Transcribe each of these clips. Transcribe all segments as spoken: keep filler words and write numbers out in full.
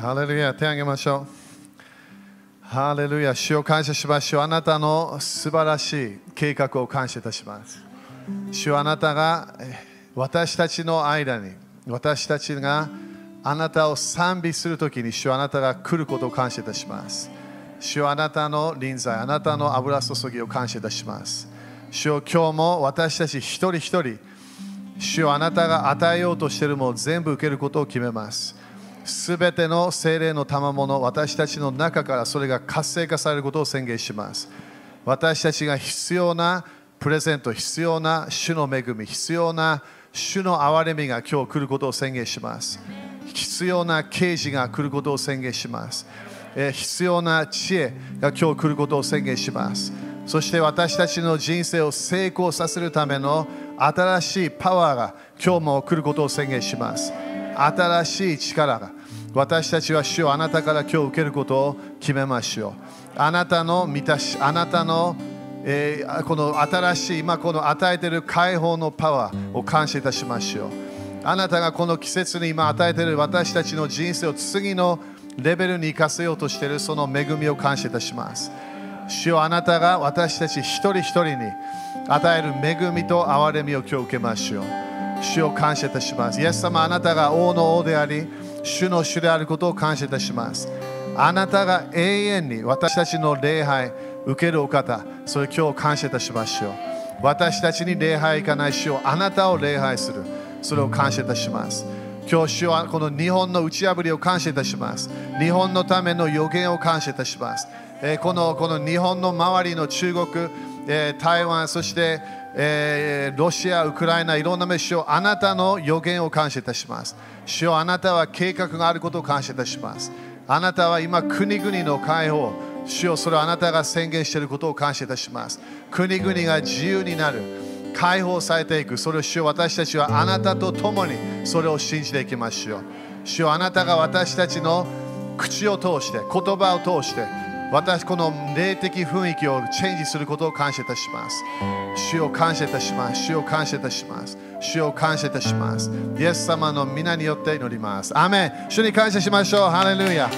ハレルヤ、手を挙げましょう。ハレルヤ、主を感謝しましょう。あなたの素晴らしい計画を感謝いたします。主はあなたが私たちの間に、私たちがあなたを賛美するときに、主はあなたが来ることを感謝いたします。主はあなたの臨在、あなたの油注ぎを感謝いたします。主を今日も私たち一人一人、主はあなたが与えようとしているものを全部受けることを決めます。すべての聖霊の賜物、私たちの中からそれが活性化されることを宣言します。私たちが必要なプレゼント、必要な主の恵み、必要な主の憐れみが今日来ることを宣言します。必要な啓示が来ることを宣言します。えー、必要な知恵が今日来ることを宣言します。そして私たちの人生を成功させるための新しいパワーが今日も来ることを宣言します。新しい力が私たちは主をあなたから今日受けることを決めましょう。あなたの満たし、あなたの、えー、この新しい今この与えている解放のパワーを感謝いたしましょう。あなたがこの季節に今与えている私たちの人生を次のレベルに生かせようとしているその恵みを感謝いたします。主よ、あなたが私たち一人一人に与える恵みと憐れみを今日受けましょう。主を感謝いたします。イエス様、あなたが王の王であり、主の主であることを感謝いたします。あなたが永遠に私たちの礼拝受けるお方、それを今日感謝いたしましょう。私たちに礼拝いかない主をあなたを礼拝する、それを感謝いたします。今日主はこの日本の打ち破りを感謝いたします。日本のための予言を感謝いたします。えー、このこの日本の周りの中国、えー、台湾、そして、えー、ロシア、ウクライナ、いろんなメッシュをあなたの予言を感謝いたします。主よ、あなたは計画があることを感謝いたします。あなたは今、国々の解放、主よ、それをあなたが宣言していることを感謝いたします。国々が自由になる、解放されていく、それを主よ、私たちはあなたと共にそれを信じていきましょう。主よ、あなたが私たちの口を通して、言葉を通して、私この霊的雰囲気をチェンジすることを感謝いたします。主を感謝いたします。主を感謝いたします。主を感謝いたします。イエス様の皆によって祈ります。アーメン。主に感謝しましょう。ハレルヤ。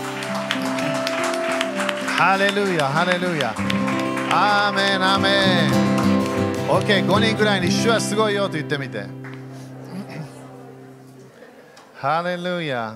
ハレルヤ。ハレルヤ。アーメン。アーメン。OK。ごにんくらいに主はすごいよと言ってみて。ハレルヤ。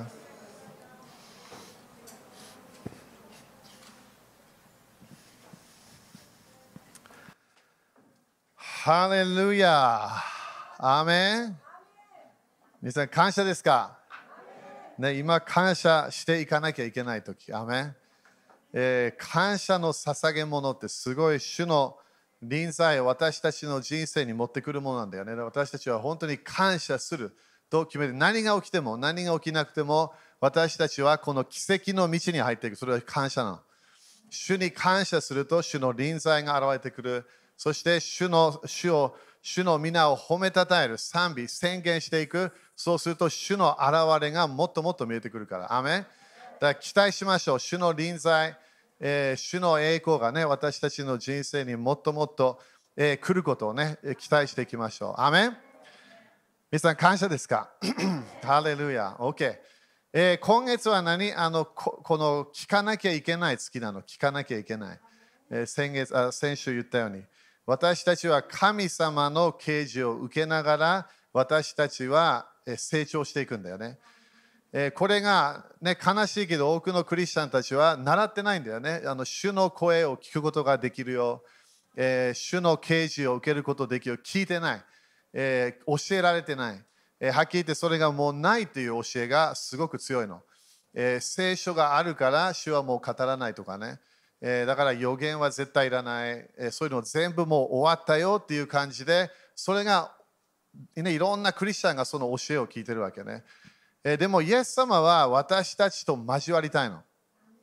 ハレルヤ。アーメン。皆さん感謝ですか、ね、今感謝していかなきゃいけないとき。アーメン、えー、感謝の捧げ物ってすごい主の臨在を私たちの人生に持ってくるものなんだよね。私たちは本当に感謝すると決めて、何が起きても何が起きなくても私たちはこの奇跡の道に入っていく。それは感謝なの。主に感謝すると主の臨在が現れてくる。そして主の主を主の皆を褒めたたえる、賛美、宣言していく。そうすると主の現れがもっともっと見えてくるから。アーメン。だから期待しましょう。主の臨在、えー、主の栄光がね、私たちの人生にもっともっと、えー、来ることをね、期待していきましょう。アーメン。皆さん感謝ですかハレルヤ。OK。えー、今月は何あのこ、この聞かなきゃいけない月なの。聞かなきゃいけない。えー、先月あ、先週言ったように。私たちは神様の啓示を受けながら私たちは成長していくんだよね。これが、ね、悲しいけど多くのクリスチャンたちは習ってないんだよね。あの主の声を聞くことができるよ、えー、主の啓示を受けることができるよ、聞いてない、えー、教えられてない、えー、はっきり言ってそれがもうないという教えがすごく強いの。えー、聖書があるから主はもう語らないとかね。えー、だから予言は絶対いらない、えー、そういうの全部もう終わったよっていう感じで、それが、ね、いろんなクリスチャンがその教えを聞いてるわけね。えー、でもイエス様は私たちと交わりたいの。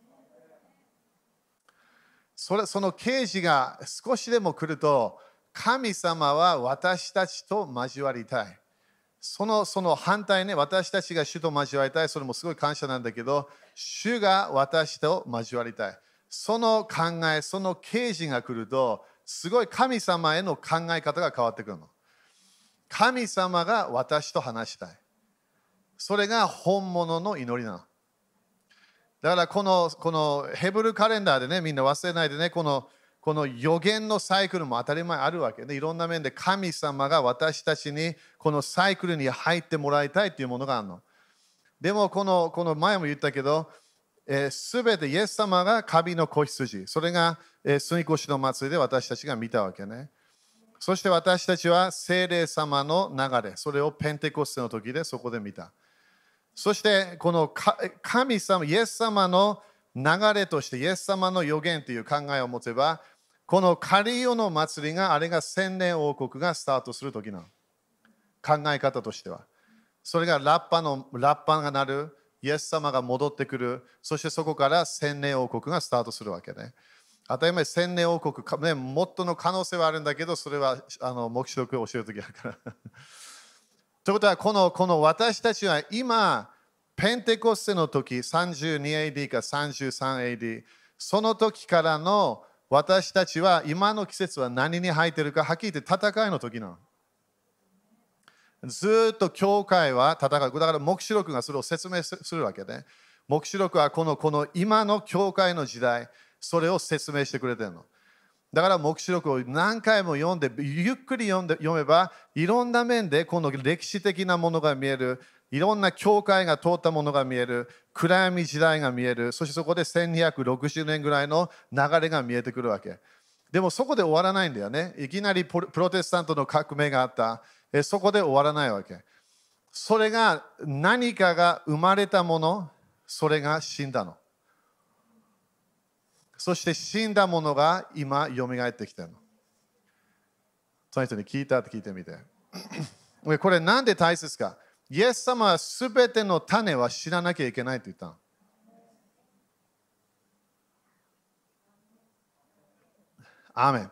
それその啓示が少しでも来ると、神様は私たちと交わりたい。そのその反対ね、私たちが主と交わりたい、それもすごい感謝なんだけど、主が私と交わりたい。その考え、その啓示が来ると、すごい神様への考え方が変わってくるの。神様が私と話したい。それが本物の祈りなの。 だからこのこのヘブルカレンダーでね、みんな忘れないでね、このこの予言のサイクルも当たり前あるわけで、いろんな面で神様が私たちにこのサイクルに入ってもらいたいというものがあるの。でもこの、この前も言ったけど、す、えー、べ、てイエス様が神の子羊、それが、えー、住越の祭りで私たちが見たわけね。そして私たちは聖霊様の流れ、それをペンテコステの時でそこで見た。そしてこの神様、イエス様の流れとしてイエス様の予言という考えを持てば、このカリオの祭りがあれが千年王国がスタートする時の考え方としては。それがラッパのラッパが鳴る、イエス様が戻ってくる、そしてそこから千年王国がスタートするわけね。当たり前、千年王国、ね、もっとの可能性はあるんだけど、それはあの黙示録を教えるときあるから。ということはこの、この私たちは今、ペンテコステの時、さんじゅうにエーディー か さんじゅうさんエーディー、その時からの私たちは今の季節は何に入っているか、はっきり言って戦いの時なの。ずっと教会は戦う。だから黙示録がそれを説明するわけで、黙示録はこの、この今の教会の時代、それを説明してくれてるの。だから黙示録を何回も読んで、ゆっくり読んで読めば、いろんな面でこの歴史的なものが見える、いろんな教会が通ったものが見える、暗闇時代が見える、そしてそこでせんにひゃくろくじゅうねんぐらいの流れが見えてくるわけ。でもそこで終わらないんだよね。いきなりプロテスタントの革命があった。そこで終わらないわけ。それが何かが生まれたもの、それが死んだの。そして死んだものが今、よみがえってきてるの。その人に聞いたって聞いてみて。これなんで大切か。イエス様はすべての種は知らなきゃいけないと言ったの。アーメン。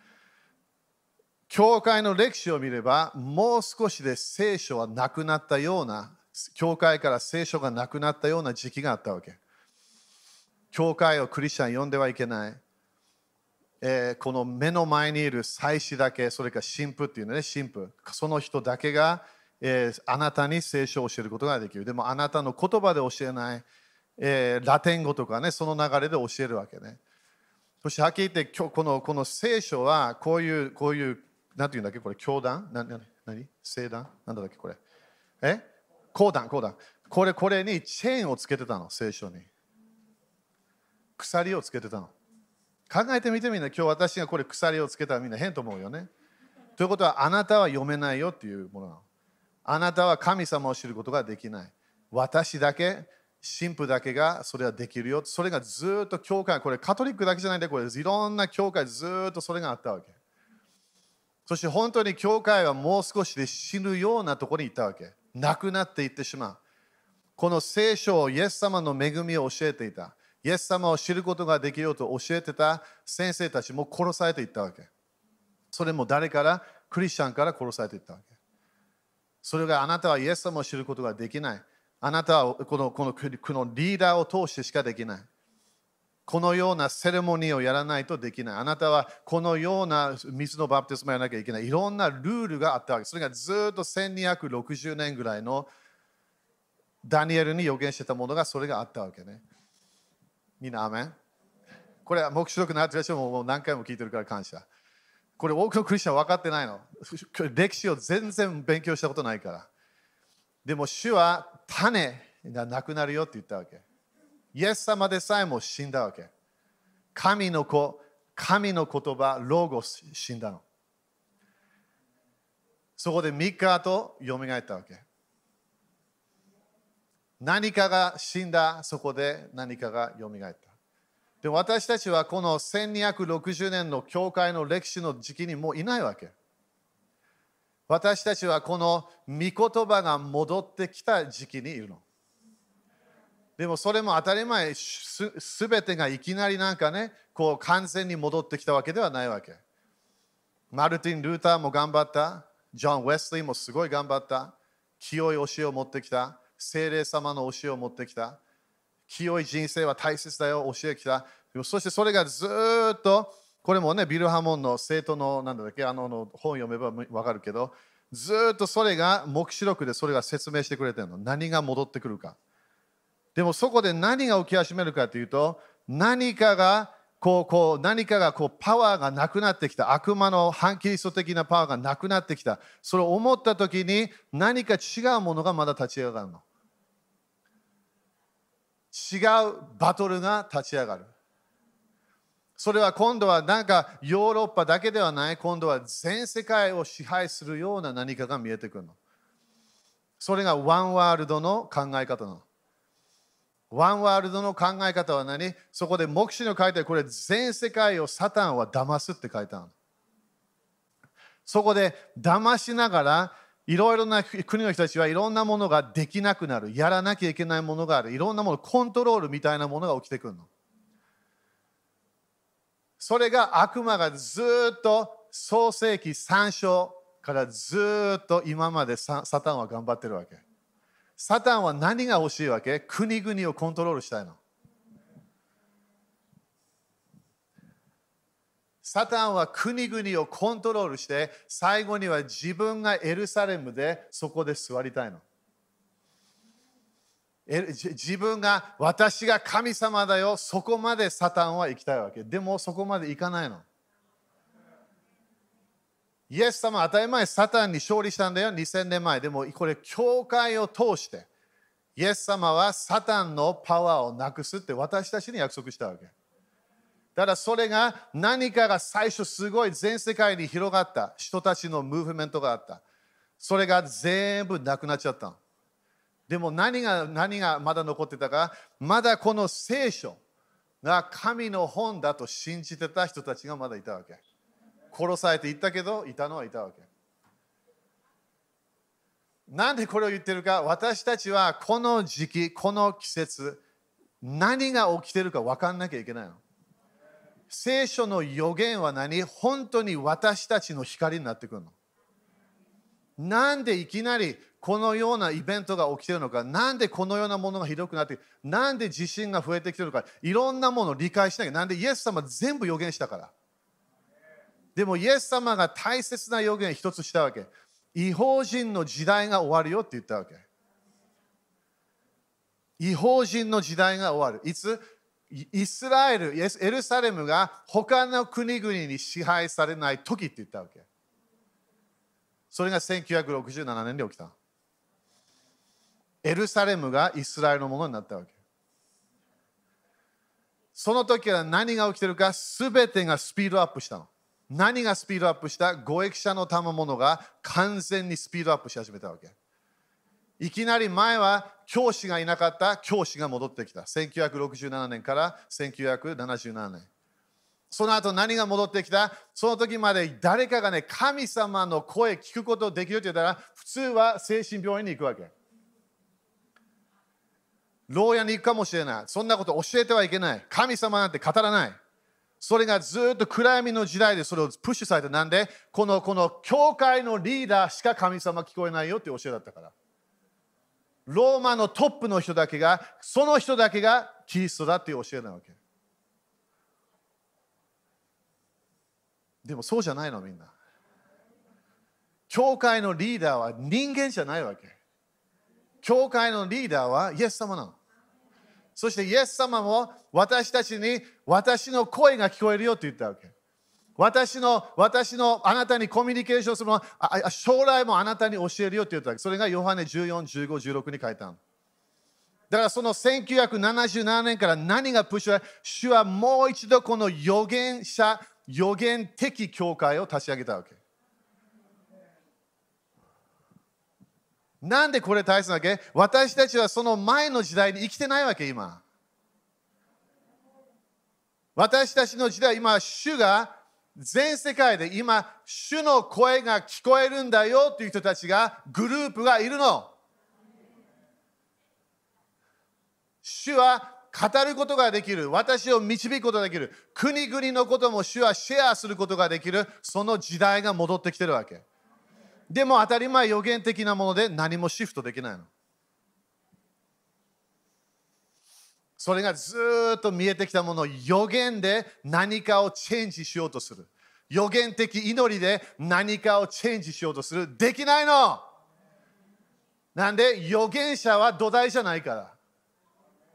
教会の歴史を見れば、もう少しで聖書はなくなったような、教会から聖書がなくなったような時期があったわけ。教会をクリスチャン呼んではいけない。えー、この目の前にいる祭司だけ、それから神父っていうのね、神父。その人だけが、えー、あなたに聖書を教えることができる。でもあなたの言葉で教えない、えー、ラテン語とかね、その流れで教えるわけね。そしてはっきり言って、今日このこの聖書はこういう、こういう、なんていうんだっけ、これ、教団なな何聖団なんだっけ、これ。え講談、講談。これ、これにチェーンをつけてたの、聖書に。鎖をつけてたの。考えてみてみんな、今日私がこれ鎖をつけたらみんな変と思うよね。ということは、あなたは読めないよっていうものなの。あなたは神様を知ることができない。私だけ、神父だけがそれはできるよ。それがずっと教会、これカトリックだけじゃないんで、これいろんな教会ずっとそれがあったわけ。そして本当に教会はもう少しで死ぬようなところに行ったわけ。なくなっていってしまう。この聖書をイエス様の恵みを教えていた。イエス様を知ることができようと教えてた先生たちも殺されていったわけ。それも誰から？クリスチャンから殺されていったわけ。それがあなたはイエス様を知ることができない。あなたはこのこのこのリーダーを通してしかできない。このようなセレモニーをやらないとできない。あなたはこのような水のバプテスマをやらなきゃいけない。いろんなルールがあったわけ。それがずっとせんにひゃくろくじゅうねんぐらいのダニエルに予言してたものがそれがあったわけね。みんなアメン。これは黙示録のある人ももう何回も聞いてるから感謝。これ多くのクリスチャン分かってないの。歴史を全然勉強したことないから。でも主は種がなくなるよって言ったわけ。イエス様でさえも死んだわけ。神の子、神の言葉、ロゴス死んだの。そこでみっかとよみがえったわけ。何かが死んだ、そこで何かがよみがえった。で私たちはこのせんにひゃくろくじゅうねんの教会の歴史の時期にもういないわけ。私たちはこの御言葉が戻ってきた時期にいるの。でもそれも当たり前、すべてがいきなりなんかね、こう完全に戻ってきたわけではないわけ。マルティン・ルーターも頑張った。ジョン・ウェスリーもすごい頑張った。清い教えを持ってきた。聖霊様の教えを持ってきた。清い人生は大切だよ、教えてきた。そしてそれがずっと、これもね、ビルハモンの生徒の、なんだっけ、あのの本読めばわかるけど、ずっとそれが、黙示録でそれが説明してくれてるの。何が戻ってくるか。 でもそこで何が起き始めるかというと、何かがこうこう何かがこうパワーがなくなってきた。悪魔の反キリスト的なパワーがなくなってきた。それを思ったときに何か違うものがまだ立ち上がるの。違うバトルが立ち上がる。それは今度はなんかヨーロッパだけではない、今度は全世界を支配するような何かが見えてくるの。それがワンワールドの考え方なの。ワンワールドの考え方は何？そこで黙示の書いてある、これ全世界をサタンは騙すって書いてある。そこで騙しながら、いろいろな国の人たちはいろんなものができなくなる。やらなきゃいけないものがある。いろんなもの、コントロールみたいなものが起きてくるの。それが悪魔がずっと創世記さん章からずっと今までサタンは頑張ってるわけ。サタンは何が欲しいわけ？国々をコントロールしたいの。サタンは国々をコントロールして、最後には自分がエルサレムでそこで座りたいの。自分が私が神様だよ、そこまでサタンは行きたいわけ。でもそこまで行かないの。イエス様は当たり前サタンに勝利したんだよ、にせんねんまえ。でもこれ教会を通してイエス様はサタンのパワーをなくすって私たちに約束したわけ。ただそれが何かが最初すごい全世界に広がった人たちのムーブメントがあった。それが全部なくなっちゃった。でも何が何がまだ残ってたか、まだこの聖書が神の本だと信じてた人たちがまだいたわけ。殺されていったけど、いたのはいたわけ。なんでこれを言ってるか、私たちはこの時期、この季節、何が起きてるか分かんなきゃいけないの。聖書の予言は何？本当に私たちの光になってくるの。なんでいきなりこのようなイベントが起きているのか、なんでこのようなものがひどくなって、なんで地震が増えてきているのか、いろんなものを理解しなきゃ。なんでイエス様全部予言したから。でもイエス様が大切な予言一つしたわけ。異邦人の時代が終わるよって言ったわけ。異邦人の時代が終わる。いつ？イスラエル、エルサレムが他の国々に支配されない時って言ったわけ。それがせんきゅうひゃくろくじゅうななねんで起きた。エルサレムがイスラエルのものになったわけ。その時は何が起きてるか、すべてがスピードアップしたの。何がスピードアップした？貿易者の賜物が完全にスピードアップし始めたわけ。いきなり前は教師がいなかった教師が戻ってきた。せんきゅうひゃくろくじゅうななねんからせんきゅうひゃくななじゅうななねん。その後何が戻ってきた？その時まで誰かがね、神様の声聞くことできるって言ったら、普通は精神病院に行くわけ。牢屋に行くかもしれない。そんなこと教えてはいけない。神様なんて語らない。それがずっと暗闇の時代でそれをプッシュされて、なんでこの、この教会のリーダーしか神様聞こえないよっていう教えだったから。ローマのトップの人だけが、その人だけがキリストだっていう教えなわけ。でもそうじゃないのみんな。教会のリーダーは人間じゃないわけ。教会のリーダーはイエス様なの。そしてイエス様も私たちに私の声が聞こえるよって言ったわけ。私の、私のあなたにコミュニケーションするのは将来もあなたに教えるよって言ったわけ。それがヨハネじゅうよん、じゅうご、じゅうろくに書いたの。だからそのせんきゅうひゃくななじゅうななねんから何がプッシュは、主はもう一度この預言者、預言的教会を立ち上げたわけ。なんでこれ大切なわけ？私たちはその前の時代に生きてないわけ、今。私たちの時代、今、主が全世界で今、主の声が聞こえるんだよという人たちが、グループがいるの。主は語ることができる。私を導くことができる。国々のことも主はシェアすることができる。その時代が戻ってきてるわけ。でも当たり前予言的なもので何もシフトできないの。それがずっと見えてきたものを予言で何かをチェンジしようとする。予言的祈りで何かをチェンジしようとする。できないの。なんで預言者は土台じゃないから。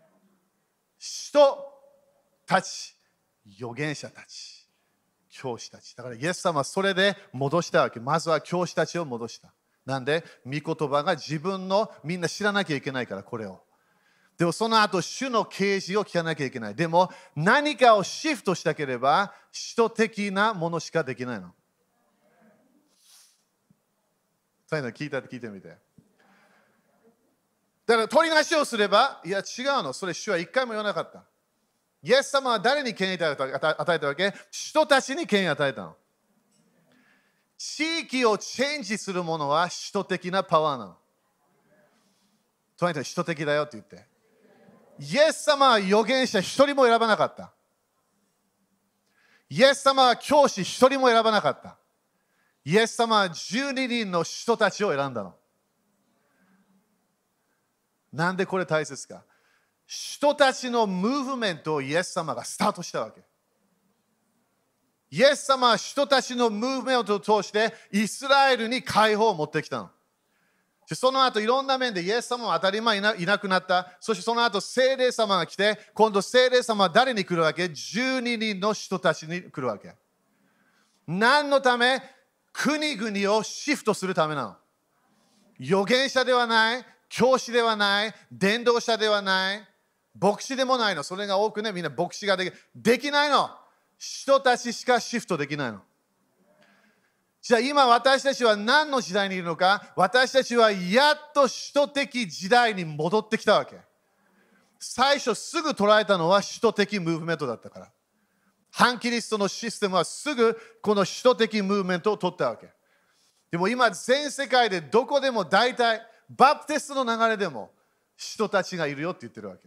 人たち、預言者たち、教師たち。だからイエス様はそれで戻したわけ。まずは教師たちを戻した。なんで、御言葉が自分のみんな知らなきゃいけないから、これを。でもその後、主の啓示を聞かなきゃいけない。でも何かをシフトしたければ、使徒的なものしかできないの。最後聞いたって聞いてみて。だから取りなしをすれば、いや違うの。それ主は一回も言わなかった。イエス様は誰に権威を与えたわけ？人たちに権威を与えたの。地域をチェンジするものは使徒的なパワーなの。とにかく使徒的だよって言って。イエス様は預言者一人も選ばなかった。イエス様は教師一人も選ばなかった。イエス様はじゅうににんの人たちを選んだの。なんでこれ大切か。人たちのムーブメントをイエス様がスタートしたわけ。イエス様は人たちのムーブメントを通してイスラエルに解放を持ってきたの。その後いろんな面でイエス様は当たり前いな、いなくなった。そしてその後聖霊様が来て、今度聖霊様は誰に来るわけ？じゅうににんの人たちに来るわけ。何のため？国々をシフトするためなの。預言者ではない、教師ではない、伝道者ではない、牧師でもないの。それが多くね、みんな牧師ができできないの。人たちしかシフトできないの。じゃあ今私たちは何の時代にいるのか？私たちはやっと使徒的時代に戻ってきたわけ。最初すぐ捉えたのは使徒的ムーブメントだったから。反キリストのシステムはすぐこの使徒的ムーブメントを取ったわけ。でも今全世界でどこでも大体バプテストの流れでも人たちがいるよって言ってるわけ。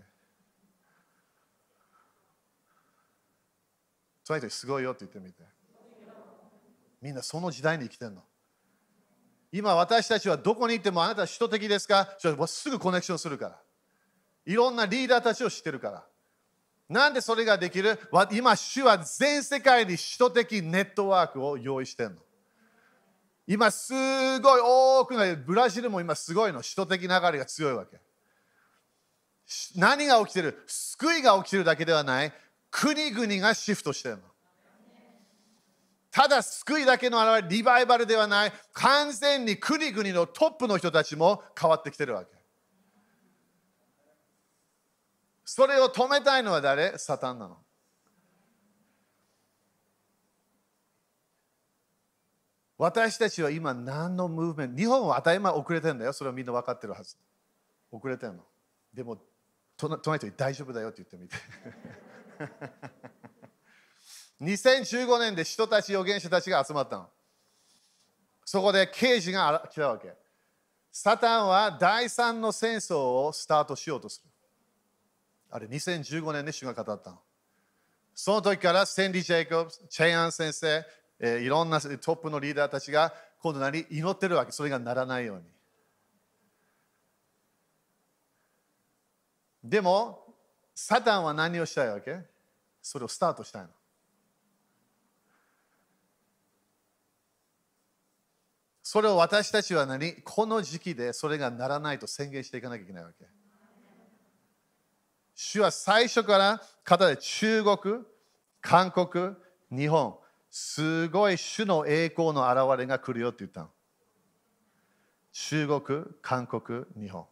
それすごいよって言ってみて。みんなその時代に生きてるの。今私たちはどこにいてもあなたは使徒的ですか？すぐコネクションするから。いろんなリーダーたちを知ってるから。なんでそれができる？今、主は全世界に使徒的ネットワークを用意してるの。今すごい多くのブラジルも今すごいの。使徒的流れが強いわけ。何が起きてる？救いが起きてるだけではない。国々がシフトしてるの。ただ救いだけの現れ、リバイバルではない。完全に国々のトップの人たちも変わってきてるわけ。それを止めたいのは誰？サタンなの。私たちは今何のムーブメント？日本は当たり前遅れてるんだよ。それはみんな分かってるはず。遅れてるの。でも、隣の人に大丈夫だよって言ってみて。にせんじゅうごねんで人たち、預言者たちが集まったの。そこで刑事が来たわけ。サタンは第三の戦争をスタートしようとする。あれにせんじゅうごねんで主が語ったの。その時からセンディ・ジェイコブス、チェイアン先生、えー、いろんなトップのリーダーたちが今度何祈ってるわけ。それがならないように。でも、サタンは何をしたいわけ？それをスタートしたいの。それを私たちは何？この時期でそれがならないと宣言していかなきゃいけないわけ。主は最初から語で中国、韓国、日本、すごい主の栄光の現れが来るよって言ったの。中国、韓国、日本。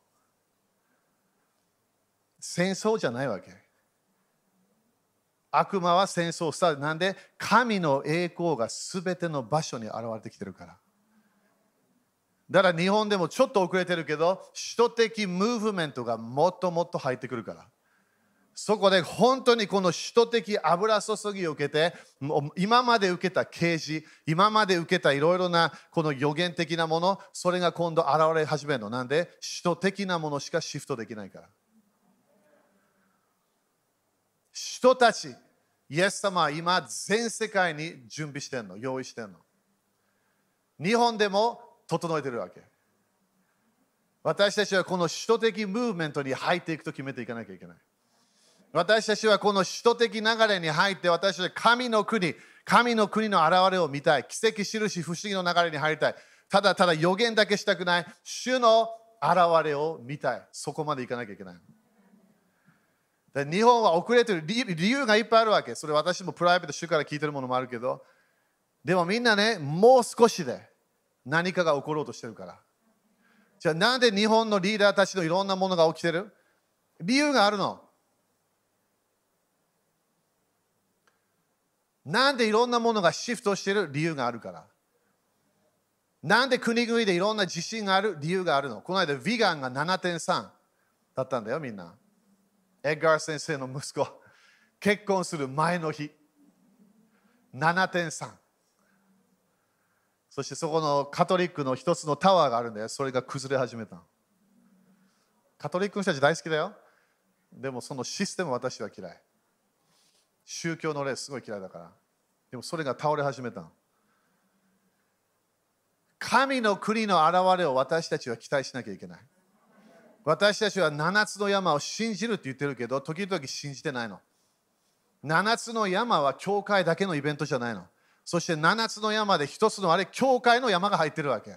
戦争じゃないわけ。悪魔は戦争をスタート。なんで神の栄光がすべての場所に現れてきてるから。だから日本でもちょっと遅れてるけど、使徒的ムーブメントがもっともっと入ってくるから。そこで本当にこの使徒的油注ぎを受けて、今まで受けた啓示、今まで受けたいろいろなこの予言的なもの、それが今度現れ始めるの。なんで使徒的なものしかシフトできないから。使徒たち、イエス様は今全世界に準備してるの、用意してるの。日本でも整えてるわけ。私たちはこの使徒的ムーブメントに入っていくと決めていかなきゃいけない。私たちはこの使徒的流れに入って、私たちは神の国、神の国の現れを見たい。奇跡、印、不思議の流れに入りたい。ただただ予言だけしたくない。主の現れを見たい。そこまでいかなきゃいけない。 で日本は遅れてる理理由がいっぱいあるわけ。それ私もプライベート主から聞いてるものもあるけど、でもみんなね、もう少しで何かが起ころうとしてるから。じゃあなんで日本のリーダーたちのいろんなものが起きてる？理由があるの。なんでいろんなものがシフトしてる？理由があるから。なんで国々でいろんな地震がある？理由があるの。この間、ヴィガンが ななてんさん だったんだよ、みんな。エッガー先生の息子、結婚する前の日、ななてんさん。そしてそこのカトリックの一つのタワーがあるんだよ。それが崩れ始めた。カトリックの人たち大好きだよ。でもそのシステム私は嫌い。宗教の例すごい嫌いだから。でもそれが倒れ始めた。神の国の現れを私たちは期待しなきゃいけない。私たちは七つの山を信じるって言ってるけど、時々信じてないの。七つの山は教会だけのイベントじゃないの。そして七つの山で一つのあれ、教会の山が入ってるわけ。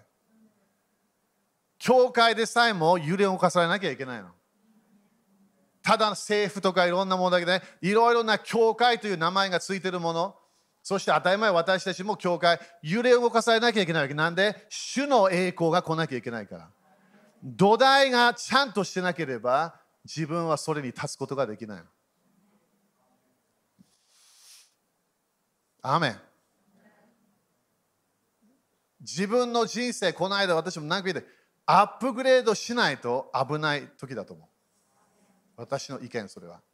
教会でさえも揺れを動かされなきゃいけないの。ただ政府とかいろんなものだけで、いろいろな教会という名前がついているもの、そして当たり前私たちも教会、揺れを動かされなきゃいけないわけ。なんで、主の栄光が来なきゃいけないから。土台がちゃんとしてなければ、自分はそれに立つことができない。アーメン。自分の人生、この間私も何回言って、アップグレードしないと危ない時だと思う。私の意見、それは。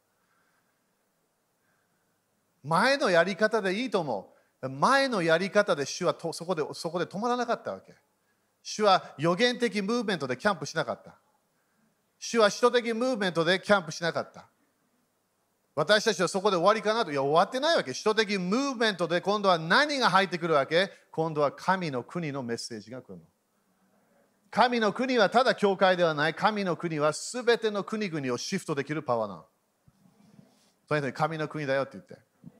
前のやり方でいいと思う。前のやり方で主はとそこでそこで止まらなかったわけ。主は予言的ムーブメントでキャンプしなかった。主は使徒的ムーブメントでキャンプしなかった。私たちはそこで終わりかなと。いや、終わってないわけ。使徒的ムーブメントで今度は何が入ってくるわけ？今度は神の国のメッセージが来るの。神の国はただ教会ではない。神の国はすべての国々をシフトできるパワーなの。とにかく神の国だよって言って。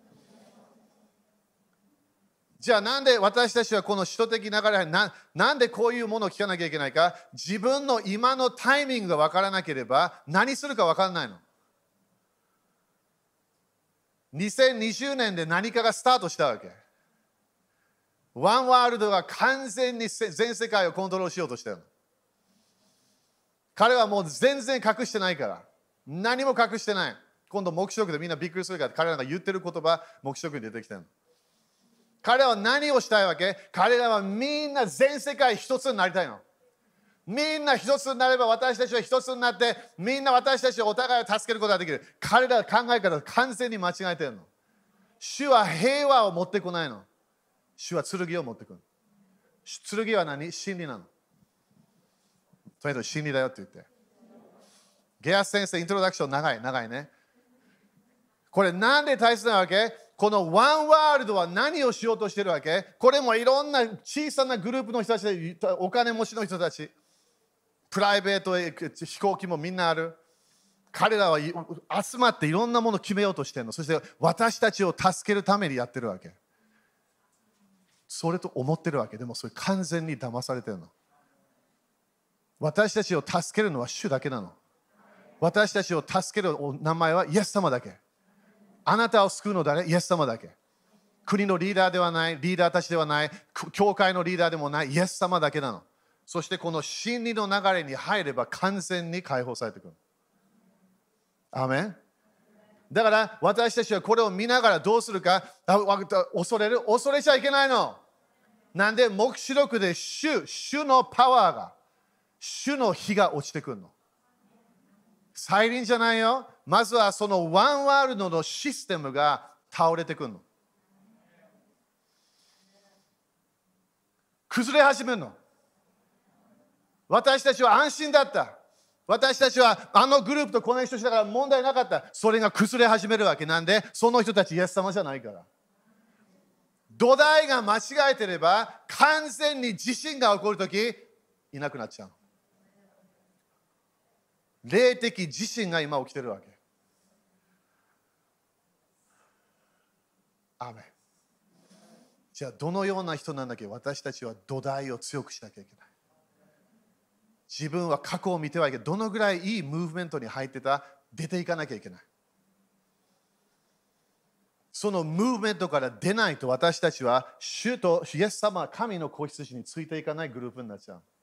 じゃあなんで私たちはこの使徒的流れな、なんでこういうものを聞かなきゃいけないか？自分の今のタイミングが分からなければ何するか分からないの。にせんにじゅうねんで何かがスタートしたわけ。ワンワールドが完全に全世界をコントロールしようとしてるの。彼はもう全然隠してないから。何も隠してない。今度、黙示録でみんなびっくりするから、彼らが言ってる言葉、黙示録に出てきてるの。彼らは何をしたいわけ？彼らはみんな全世界一つになりたいの。みんな一つになれば私たちは一つになって、みんな私たちをお互いを助けることができる。彼らの考え方は完全に間違えてるの。主は平和を持ってこないの。主は剣を持ってくる。剣は何？真理なの。とにかく真理だよって言って。ゲアス先生、イントロダクション長い、長いね。これなんで大切なわけ？このワンワールドは何をしようとしてるわけ？これもいろんな小さなグループの人たちで、お金持ちの人たち、プライベート飛行機もみんなある。彼らは集まっていろんなものを決めようとしてるの。そして私たちを助けるためにやってるわけ。それと思ってるわけ。でもそれ完全に騙されてるの。私たちを助けるのは主だけなの。私たちを助ける名前はイエス様だけ。あなたを救うの誰？イエス様だけ。国のリーダーではない、リーダーたちではない、教会のリーダーでもない、イエス様だけなの。そしてこの真理の流れに入れば完全に解放されてくる。アーメン。だから私たちはこれを見ながらどうするか？恐れる？恐れちゃいけないの。なんで黙示録で主、主のパワーが、主の火が落ちてくるの。再臨じゃないよ。まずはそのワンワールドのシステムが倒れてくるの。崩れ始めるの。私たちは安心だった。私たちはあのグループとコネクションしながら問題なかった。それが崩れ始めるわけなんで、その人たちイエス様じゃないから。土台が間違えてれば完全に地震が起こるときいなくなっちゃう。霊的地震が今起きてるわけ。アーメン。じゃあどのような人なんだっけ？私たちは土台を強くしなきゃいけない。自分は過去を見てはいけない。どのぐらいいいムーブメントに入ってた？出ていかなきゃいけない。 そのムーブメントから出ないと私たちは主とイエス様、神の子羊についていかないグループになっちゃう。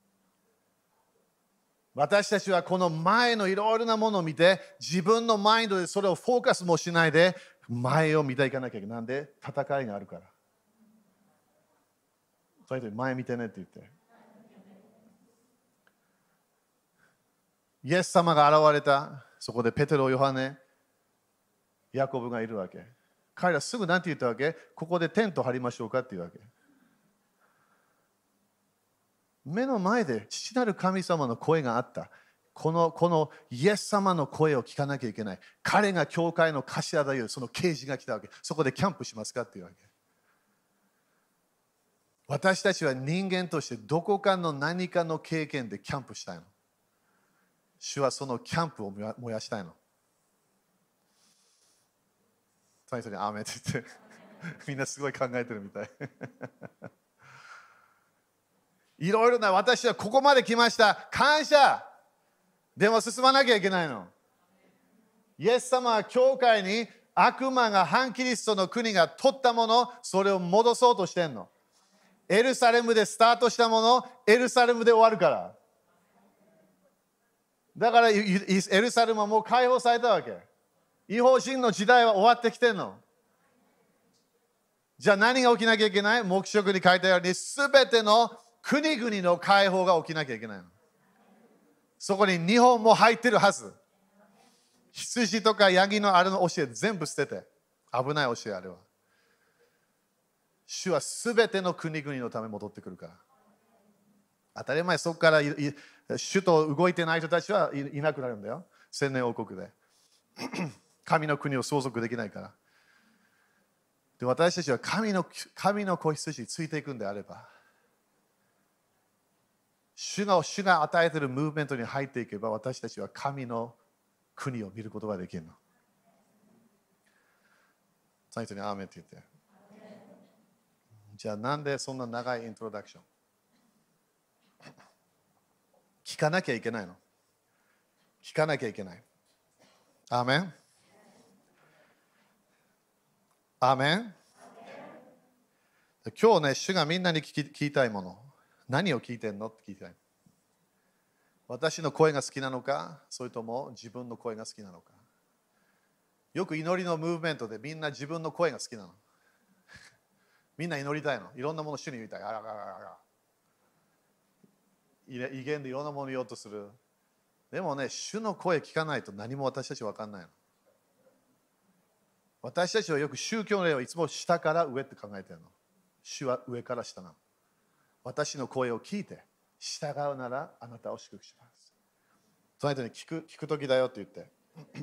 私たちはこの前のいろいろなものを見て、自分のマインドでそれをフォーカスもしないで、前を見ていかなきゃいけない。なんで戦いがあるから。それで前見てねって言って。イエス様が現れた。そこでペテロ、ヨハネ、ヤコブがいるわけ。彼らすぐ何て言ったわけ？ここでテント張りましょうかっていうわけ。目の前で父なる神様の声があった。この、このイエス様の声を聞かなきゃいけない。彼が教会の頭だよ。その刑事が来たわけ。そこでキャンプしますかっていうわけ。私たちは人間としてどこかの何かの経験でキャンプしたいの。主はそのキャンプを燃やしたいの。最初にアーメンって言ってみんなすごい考えてるみたいいろいろな私はここまで来ました感謝でも進まなきゃいけないの。イエス様は教会に悪魔が反キリストの国が取ったものそれを戻そうとしてんの。エルサレムでスタートしたものエルサレムで終わるから。だからエルサレムはもう解放されたわけ。違法人の時代は終わってきてんの。じゃあ何が起きなきゃいけない？黙示録に書いたようにすべての国々の解放が起きなきゃいけないの。そこに日本も入ってるはず。羊とかヤギのあれの教え全部捨てて。危ない教えあれは。主はすべての国々のために戻ってくるから。当たり前そこから主と動いてない人たちはいなくなるんだよ。千年王国で。神の国を相続できないから。で私たちは神の、神の子羊についていくんであれば、主が、主が与えているムーブメントに入っていけば、私たちは神の国を見ることができるの。最初にアーメンって言って。じゃあなんでそんな長いイントロダクション聞かなきゃいけないの。聞かなきゃいけない。アーメンアーメン今日ね、主がみんなに聞き、聞きたいもの。何を聞いてんのって聞いてない。私の声が好きなのか、それとも自分の声が好きなのか。よく祈りのムーブメントでみんな自分の声が好きなの。みんな祈りたいの。いろんなものを主に言いたい。あらららら威厳でいろんなものを言おうとする。でもね、主の声聞かないと何も私たち分かんないの。私たちはよく宗教の例をいつも下から上って考えてるの。主は上から下なの。私の声を聞いて従うならあなたを祝福します。その人に聞く、聞く時だよって言って。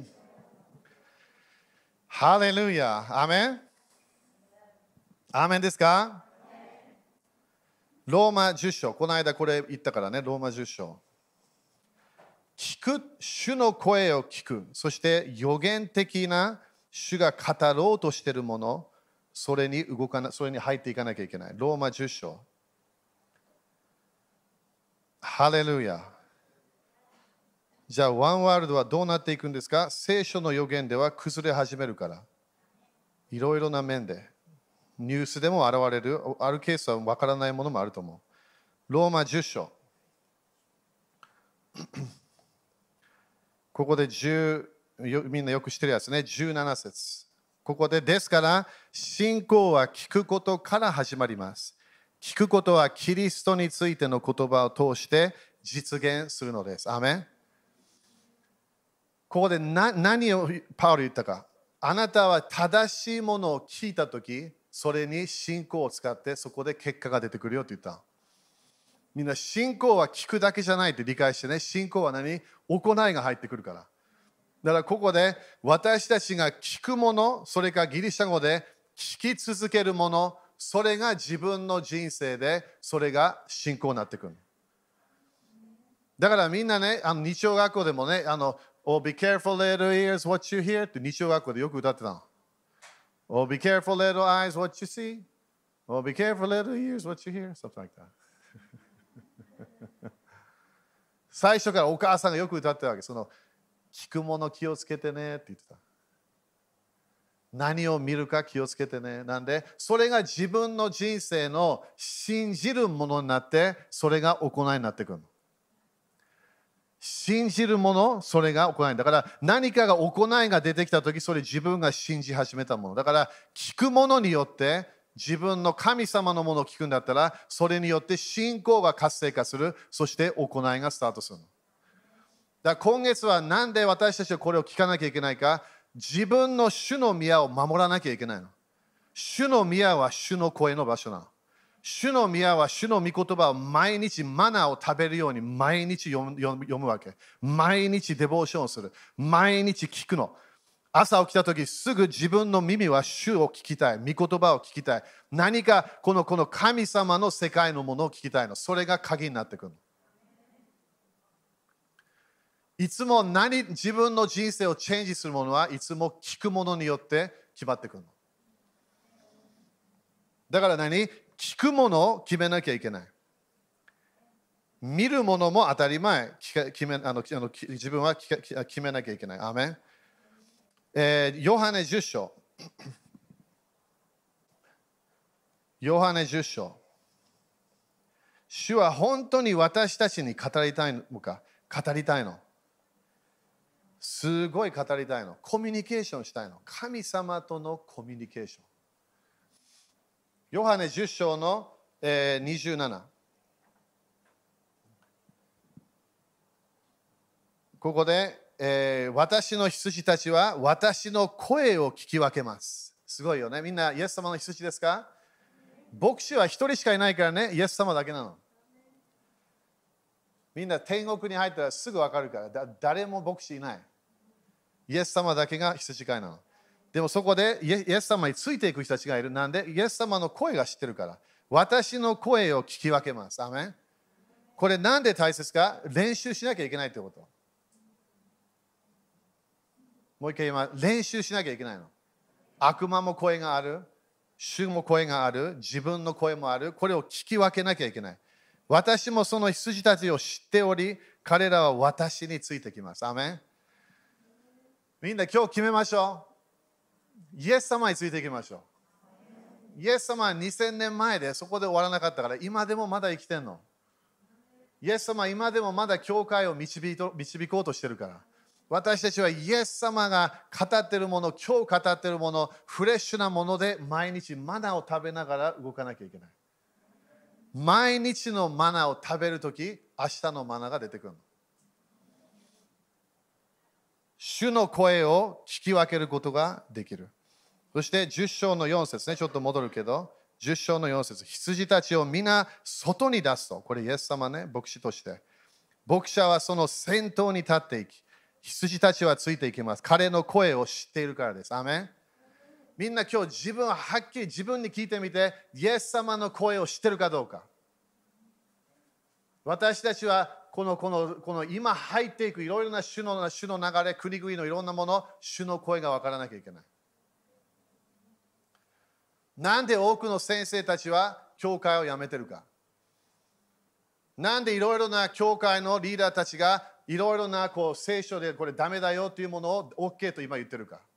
ハレルヤ。アーメンアーメンですか？ローマじゅっ章。この間これ言ったからね、ローマじゅっ章。聞く、主の声を聞く。そして予言的な主が語ろうとしているもの、それに動かな、それに入っていかなきゃいけない。ローマじゅっ章。ハレルヤ。じゃあ、ワンワールドはどうなっていくんですか？聖書の予言では崩れ始めるから。いろいろな面で。ニュースでも現れる、あるケースはわからないものもあると思う。ローマじゅっ章。ここでじゅう、みんなよく知ってるやつね、じゅうなな節。ここで、ですから、信仰は聞くことから始まります。聞くことはキリストについての言葉を通して実現するのです。アーメン。ここでな何をパウロ言ったか。あなたは正しいものを聞いたとき、それに信仰を使ってそこで結果が出てくるよって言った。みんな信仰は聞くだけじゃないって理解してね。信仰は何？行いが入ってくるから。だからここで私たちが聞くもの、それからギリシャ語で聞き続けるもの、それが自分の人生で、それが信仰になってくる。だからみんなね、あの日曜学校でもね、あの、Oh, be careful little ears, what you hear って日曜学校でよく歌ってたの。Oh, be careful little eyes, what you see. Oh, be careful little ears, what you hear. Something like that. 最初からお母さんがよく歌ってたわけ。その聞くもの気をつけてねって言ってた。 何を見るか気をつけてね。なんで、それが自分の人生の信じるものになって、それが行いになってくるの。信じるもの、それが行い。だから何かが行いが出てきたとき、それ自分が信じ始めたもの。だから聞くものによって自分の神様のものを聞くんだったら、それによって信仰が活性化する。そして行いがスタートするの。だから今月はなんで私たちはこれを聞かなきゃいけないか。自分の主の宮を守らなきゃいけないの。主の宮は主の声の場所なの。主の宮は主の御言葉を毎日マナーを食べるように毎日読む、読む、読むわけ。毎日デボーションをする。毎日聞くの。朝起きたときすぐ自分の耳は主を聞きたい。御言葉を聞きたい。何かこの、この神様の世界のものを聞きたいの。それが鍵になってくるの。いつも何、自分の人生をチェンジするものはいつも聞くものによって決まってくるの。だから何聞くものを決めなきゃいけない。見るものも当たり前。決めあのあの自分は決めなきゃいけない。アーメン。えー、ヨハネじゅっ章。ヨハネじゅっ章。主は本当に私たちに語りたいのか語りたいの。すごい語りたいの。コミュニケーションしたいの。神様とのコミュニケーション。ヨハネじゅっ章の、えー、にじゅうなな。ここで、えー、私の羊たちは私の声を聞き分けます。すごいよね。みんなイエス様の羊ですか？牧師は一人しかいないからね、イエス様だけなの。みんな天国に入ったらすぐ分かるから、だ誰も牧師いない。イエス様だけが羊飼いなの。でもそこでイエス様についていく人たちがいる。なんでイエス様の声が知ってるから。私の声を聞き分けます。アメン。これなんで大切か？練習しなきゃいけないってこと。もう一回今、練習しなきゃいけないの。悪魔も声がある。主も声がある。自分の声もある。これを聞き分けなきゃいけない。私もその羊たちを知っており、彼らは私についてきます。アメン。みんな今日決めましょう。イエス様についていきましょう。イエス様はにせんねんまえでそこで終わらなかったから、今でもまだ生きてんの。イエス様は今でもまだ教会を導と導こうとしてるから。私たちはイエス様が語っているもの、今日語っているもの、フレッシュなもので毎日マナーを食べながら動かなきゃいけない。毎日のマナーを食べるとき、明日のマナーが出てくるの。主の声を聞き分けることができる。そしてじゅっ章のよん節ね、ちょっと戻るけど、じゅっ章のよん節、羊たちを皆外に出すと、これイエス様ね、牧師として。牧者はその先頭に立っていき、羊たちはついていきます。彼の声を知っているからです。アメン。みんな今日自分ははっきり自分に聞いてみて、イエス様の声を知ってるかどうか。私たちはこのこのこの今入っていくいろいろな主の主の流れ、国々のいろんなもの、主の声が分からなきゃいけない。なんで多くの先生たちは教会を辞めてるか。なんでいろいろな教会のリーダーたちがいろいろなこう聖書でこれダメだよというものを OK と今言ってるか。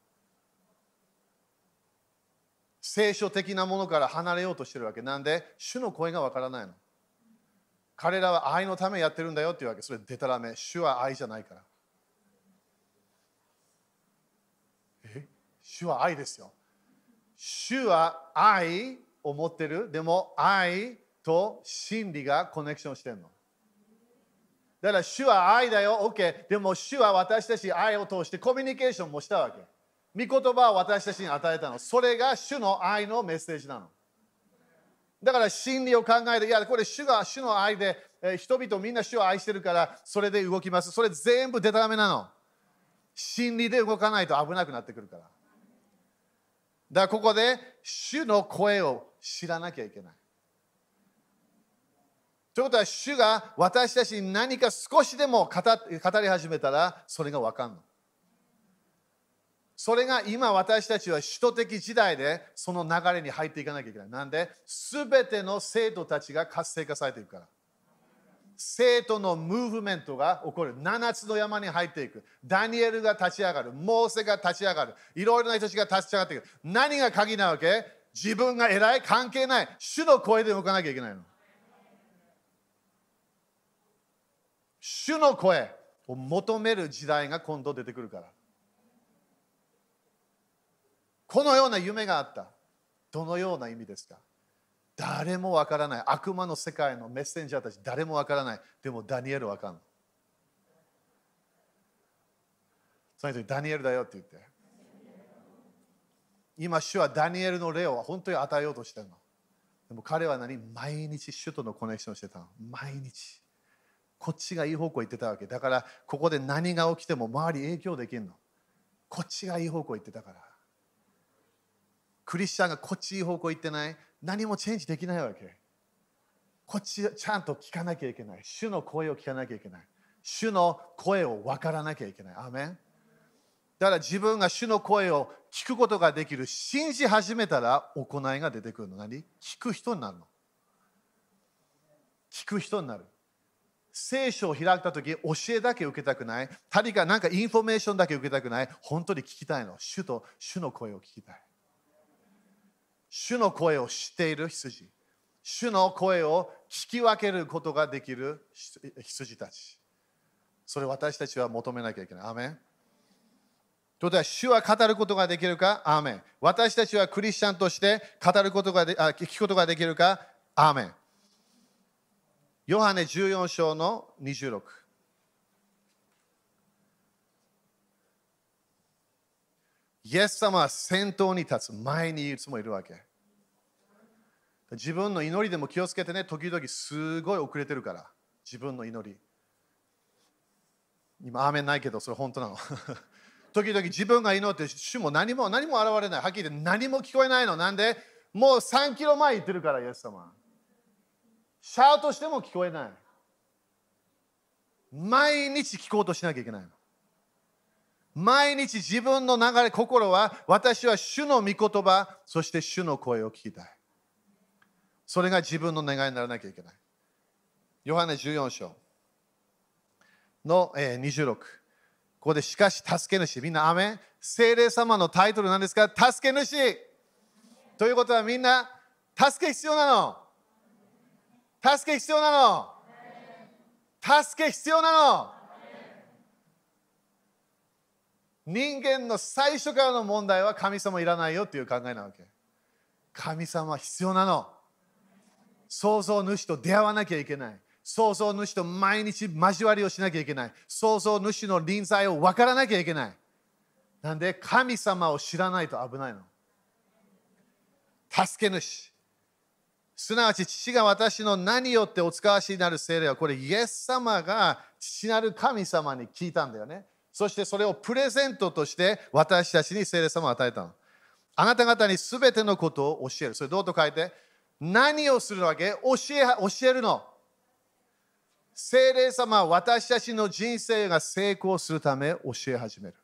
聖書的なものから離れようとしてるわけ。なんで主の声がわからないの。彼らは愛のためやってるんだよっていうわけ。それでたらめ。主は愛じゃないから。え？主は愛ですよ。主は愛を持ってる。でも愛と真理がコネクションしてるの。だから主は愛だよ。OK。でも主は私たちに愛を通してコミュニケーションもしたわけ。御言葉を私たちに与えたの。それが主の愛のメッセージなの。だから真理を考えて、いや、これ主が主の愛で、えー、人々みんな主を愛してるから、それで動きます。それ全部デタラメなの。真理で動かないと危なくなってくるから。だからここで主の声を知らなきゃいけない。ということは、主が私たちに何か少しでも語語り始めたら、それが分かんの。それが今私たちは首都的時代でその流れに入っていかなきゃいけない。なんで、すべての生徒たちが活性化されていくから。 生徒のムーブメントが起こる。ななつの山に入っていく。ダニエルが立ち上がる。モーセが立ち上がる。いろいろな人たちが立ち上がっていく。何が鍵なわけ？自分が偉い関係ない。主の声で動かなきゃいけないの。主の声を求める時代が今度出てくるから。このような夢があった。どのような意味ですか？誰もわからない。悪魔の世界のメッセンジャーたち、誰もわからない。でもダニエルわかんない。その人にダニエルだよって言って。今、主はダニエルの霊を本当に与えようとしてるの。でも彼は何？毎日主とのコネクションをしてたの。毎日。こっちがいい方向行ってたわけ。だから、ここで何が起きても周り影響できるの。こっちがいい方向行ってたから。クリスチャンがこっちいい方向行ってない。何もチェンジできないわけ。こっちちゃんと聞かなきゃいけない。主の声を聞かなきゃいけない。主の声を分からなきゃいけない。アーメン。だから自分が主の声を聞くことができる。信じ始めたら行いが出てくるの。何？聞く人になるの。聞く人になる。聖書を開いたとき、教えだけ受けたくない。たりか、なんかインフォメーションだけ受けたくない。本当に聞きたいの。主と主の声を聞きたい。主の声を知っている羊。主の声を聞き分けることができる羊たち。それを私たちは求めなきゃいけない。アーメン。ということは、主は語ることができるか？アーメン。私たちはクリスチャンとして語ることがで、あ、聞くことができるか？アーメン。ヨハネじゅうよん章のにじゅうろく。イエス様は先頭に立つ。前にいつもいるわけ。自分の祈りでも気をつけてね。時々すごい遅れてるから。自分の祈り。今、アーメンないけど、それ本当なの。時々自分が祈って、主も何も何も現れない。はっきり言って何も聞こえないの。なんでもうさんキロまえ行ってるから、イエス様。シャウトしても聞こえない。毎日聞こうとしなきゃいけないの。毎日自分の流れ、心は、私は主の御言葉、そして主の声を聞きたい。それが自分の願いにならなきゃいけない。ヨハネじゅうよん章のにじゅうろく。ここでしかし助け主。みんなアメン。聖霊様のタイトルなんですか？助け主。ということはみんな助け必要なの。助け必要なの。助け必要なの。人間の最初からの問題は神様いらないよっていう考えなわけ。神様必要なの。創造主と出会わなきゃいけない。創造主と毎日交わりをしなきゃいけない。創造主の臨在を分からなきゃいけない。なんで神様を知らないと危ないの。助け主。すなわち父が私の名によってお使わしになる聖霊は、これイエス様が父なる神様に聞いたんだよね。そしてそれをプレゼントとして私たちに聖霊様を与えたの。あなた方にすべてのことを教える。それどうと書いて、何をするわけ？教え、教えるの。聖霊様は私たちの人生が成功するため教え始める。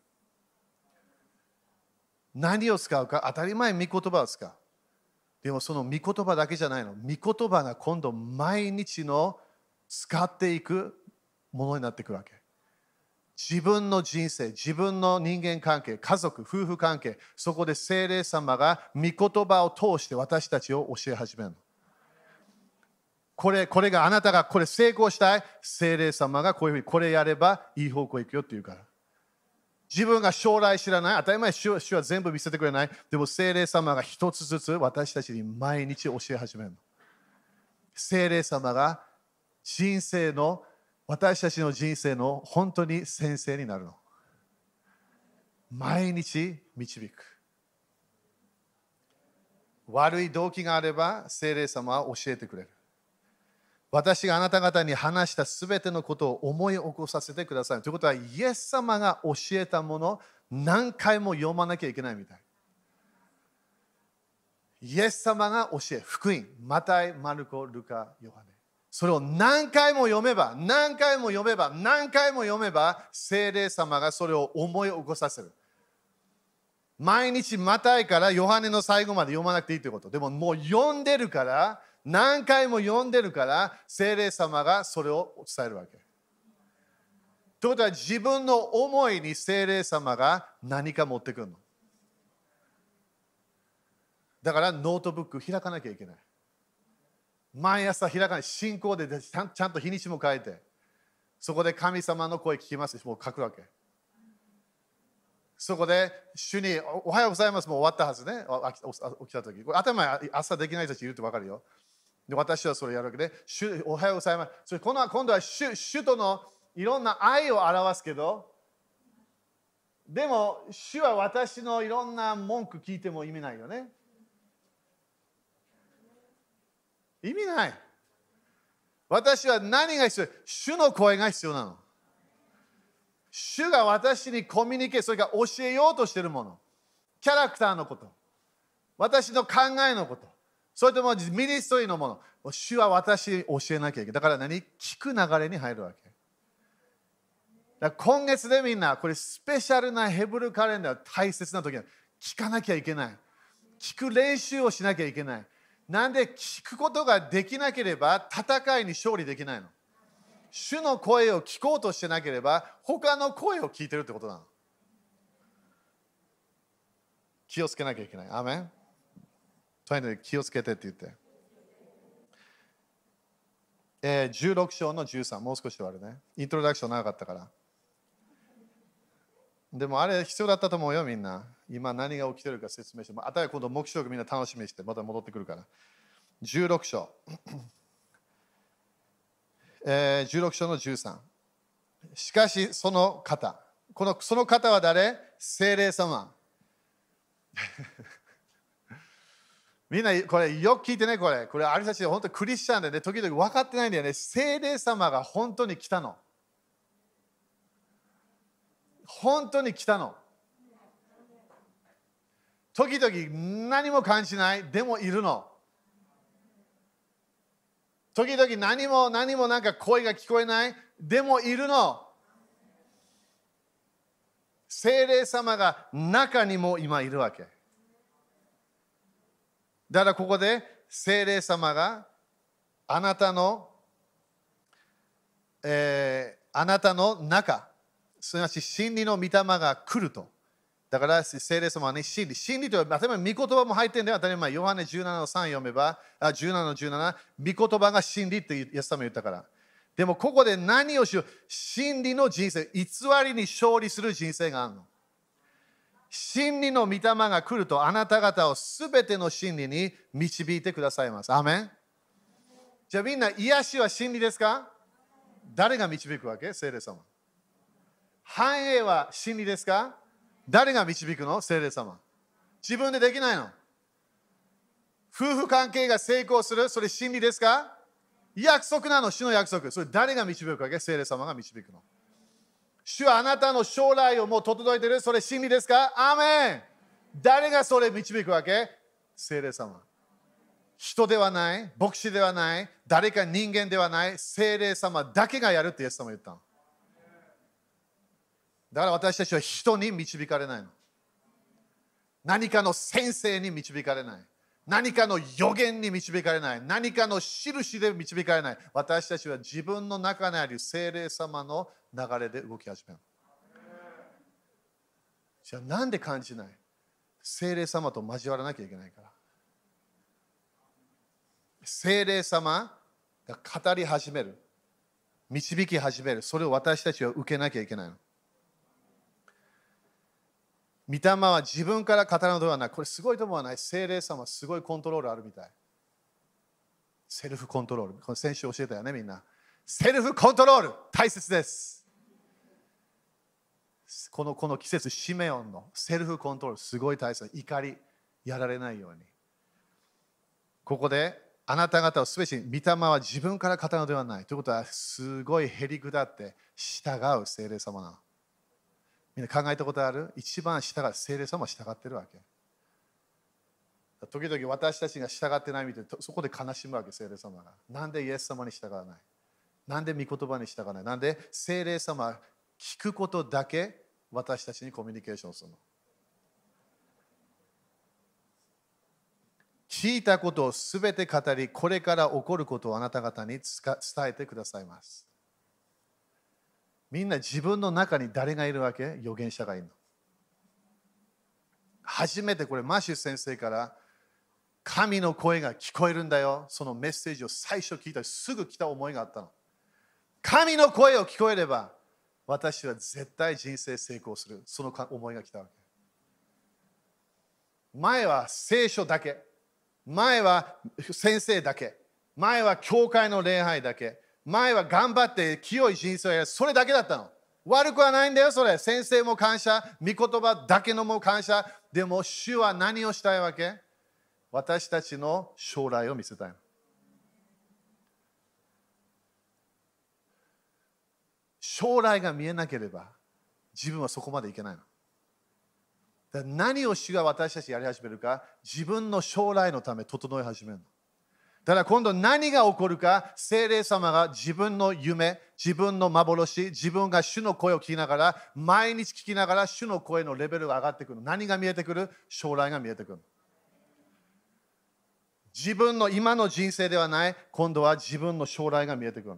何を使うか？当たり前御言葉を使う。でもその御言葉だけじゃないの。御言葉が今度毎日の使っていくものになっていくわけ。自分の人生、自分の人間関係、家族、夫婦関係、そこで聖霊様が御言葉を通して私たちを教え始めるの。これ、これがあなたがこれ成功したい。聖霊様がこういうふうにこれやればいい方向行くよって言うから。自分が将来知らない。当たり前、主は、主は全部見せてくれない。でも聖霊様が一つずつ私たちに毎日教え始めるの。聖霊様が人生の、私たちの人生の本当に先生になるの。毎日導く。悪い動機があれば聖霊様は教えてくれる。私があなた方に話したすべてのことを思い起こさせてください。ということは、イエス様が教えたもの、何回も読まなきゃいけないみたい。イエス様が教え、福音、マタイ、マルコ、ルカ、ヨハネ。それを何回も読めば、何回も読めば、何回も読めば、聖霊様がそれを思い起こさせる。毎日マタイからヨハネの最後まで読まなくていいということ。でももう読んでるから、 何回も読んでるから、聖霊様がそれを伝えるわけ。ということは、自分の思いに聖霊様が何か持ってくるの。だから、ノートブック開かなきゃいけない。毎朝開かない。信仰でちゃんちゃんと日にちも書いて、そこで神様の声聞きますし、もう書くわけ。そこで、主におはようございます。もう終わったはずね。起きたとき。頭朝できない人たちいるって分かるよ。で私はそれやるわけで、主おはようございます。それこの今度は 主, 主とのいろんな愛を表すけど、でも、主は私のいろんな文句聞いても意味ないよね。意味ない。私は何が必要？主の声が必要なの。主が私にコミュニケーション、それから教えようとしているもの。キャラクターのこと。私の考えのこと。それともミニストリーのもの。主は私に教えなきゃいけない。だから何？聞く流れに入るわけ。だから今月でみんな、これスペシャルなヘブルカレンダー大切な時に聞かなきゃいけない。聞く練習をしなきゃいけない。なんで聞くことができなければ戦いに勝利できないの。主の声を聞こうとしてなければ他の声を聞いてるってことなの。気をつけなきゃいけない。アーメン。とにかく気をつけてって言って。えー、じゅうろく章のじゅうさん、もう少し終わるね。イントロダクション長かったから。でもあれ必要だったと思うよ、みんな。今何が起きてるか説明して。あとは今度、黙示録みんな楽しみにして、また戻ってくるから。じゅうろく章。えー、じゅうろく章のじゅうさん。しかし、その方。このその方は誰？聖霊様。みんな、これよく聞いてね、これ。これ、あれたち本当にクリスチャンでね、時々分かってないんだよね。聖霊様が本当に来たの。本当に来たの。時々何も感じない、でもいるの。時々何も何もなんか声が聞こえない、でもいるの。聖霊様が中にも今いるわけ。だからここで聖霊様があなたの、えー、あなたの中、すなわち真理の御霊が来ると。だから聖霊様はね、真理。真理というのは、例えば御言葉も入ってるんだよ。当たり前。ヨハネじゅうななのさん読めば、あじゅうななのじゅうなな、御言葉が真理ってイエス様言ったから。でもここで何をしよう？真理の人生、偽りに勝利する人生があるの。真理の御霊が来ると、あなた方をすべての真理に導いてくださいます。アーメン。じゃあみんな、癒しは真理ですか？誰が導くわけ？聖霊様。繁栄は真理ですか？誰が導くの？聖霊様。自分でできないの。夫婦関係が成功する、それ真理ですか？約束なの、主の約束。それ誰が導くわけ？聖霊様が導くの。主はあなたの将来をもう整えている、それ真理ですか？アーメン。誰がそれ導くわけ？聖霊様。人ではない、牧師ではない、誰か人間ではない、聖霊様だけがやるってイエス様言ったの。だから私たちは人に導かれないの。何かの先生に導かれない。何かの予言に導かれない。何かの印で導かれない。私たちは自分の中にある聖霊様の流れで動き始める。じゃあなんで感じない？聖霊様と交わらなきゃいけないから。聖霊様が語り始める。導き始める。それを私たちは受けなきゃいけないの。御霊は自分から語るのではない。これすごいと思わない？聖霊様はすごいコントロールあるみたい。セルフコントロール。これ先週教えたよね、みんな。セルフコントロール、大切です。このこの季節、シメオンのセルフコントロール、すごい大切。怒り、やられないように。ここで、あなた方をすべて、御霊は自分から語るのではない。ということは、すごいへりくだって従う聖霊様なの。みんな考えたことある？一番従う、聖霊様は従ってるわけ。時々私たちが従ってないみたいな、そこで悲しむわけ、聖霊様が。なんでイエス様に従わない？なんで御言葉に従わない？なんで聖霊様は聞くことだけ私たちにコミュニケーションするの？ 聞いたことをすべて語り、これから起こることをあなた方に伝えてくださいます。みんな自分の中に誰がいるわけ？預言者がいるの。初めてこれ、マシュー先生から神の声が聞こえるんだよ。そのメッセージを最初聞いたらすぐ来た思いがあったの。神の声を聞こえれば、私は絶対人生成功する。その思いが来たわけ。前は聖書だけ。前は先生だけ。前は教会の礼拝だけ。前は頑張って清い人生をやる。それだけだったの。悪くはないんだよ、それ。先生も感謝。御言葉だけのも感謝。でも、主は何をしたいわけ？私たちの将来を見せたいの。将来が見えなければ、自分はそこまでいけないの。だから何を主が私たちやり始めるか、自分の将来のため整え始めるの。だから今度何が起こるか、聖霊様が自分の夢、自分の幻、自分が主の声を聞きながら、毎日聞きながら主の声のレベルが上がってくる。何が見えてくる？将来が見えてくる。自分の今の人生ではない、今度は自分の将来が見えてくる。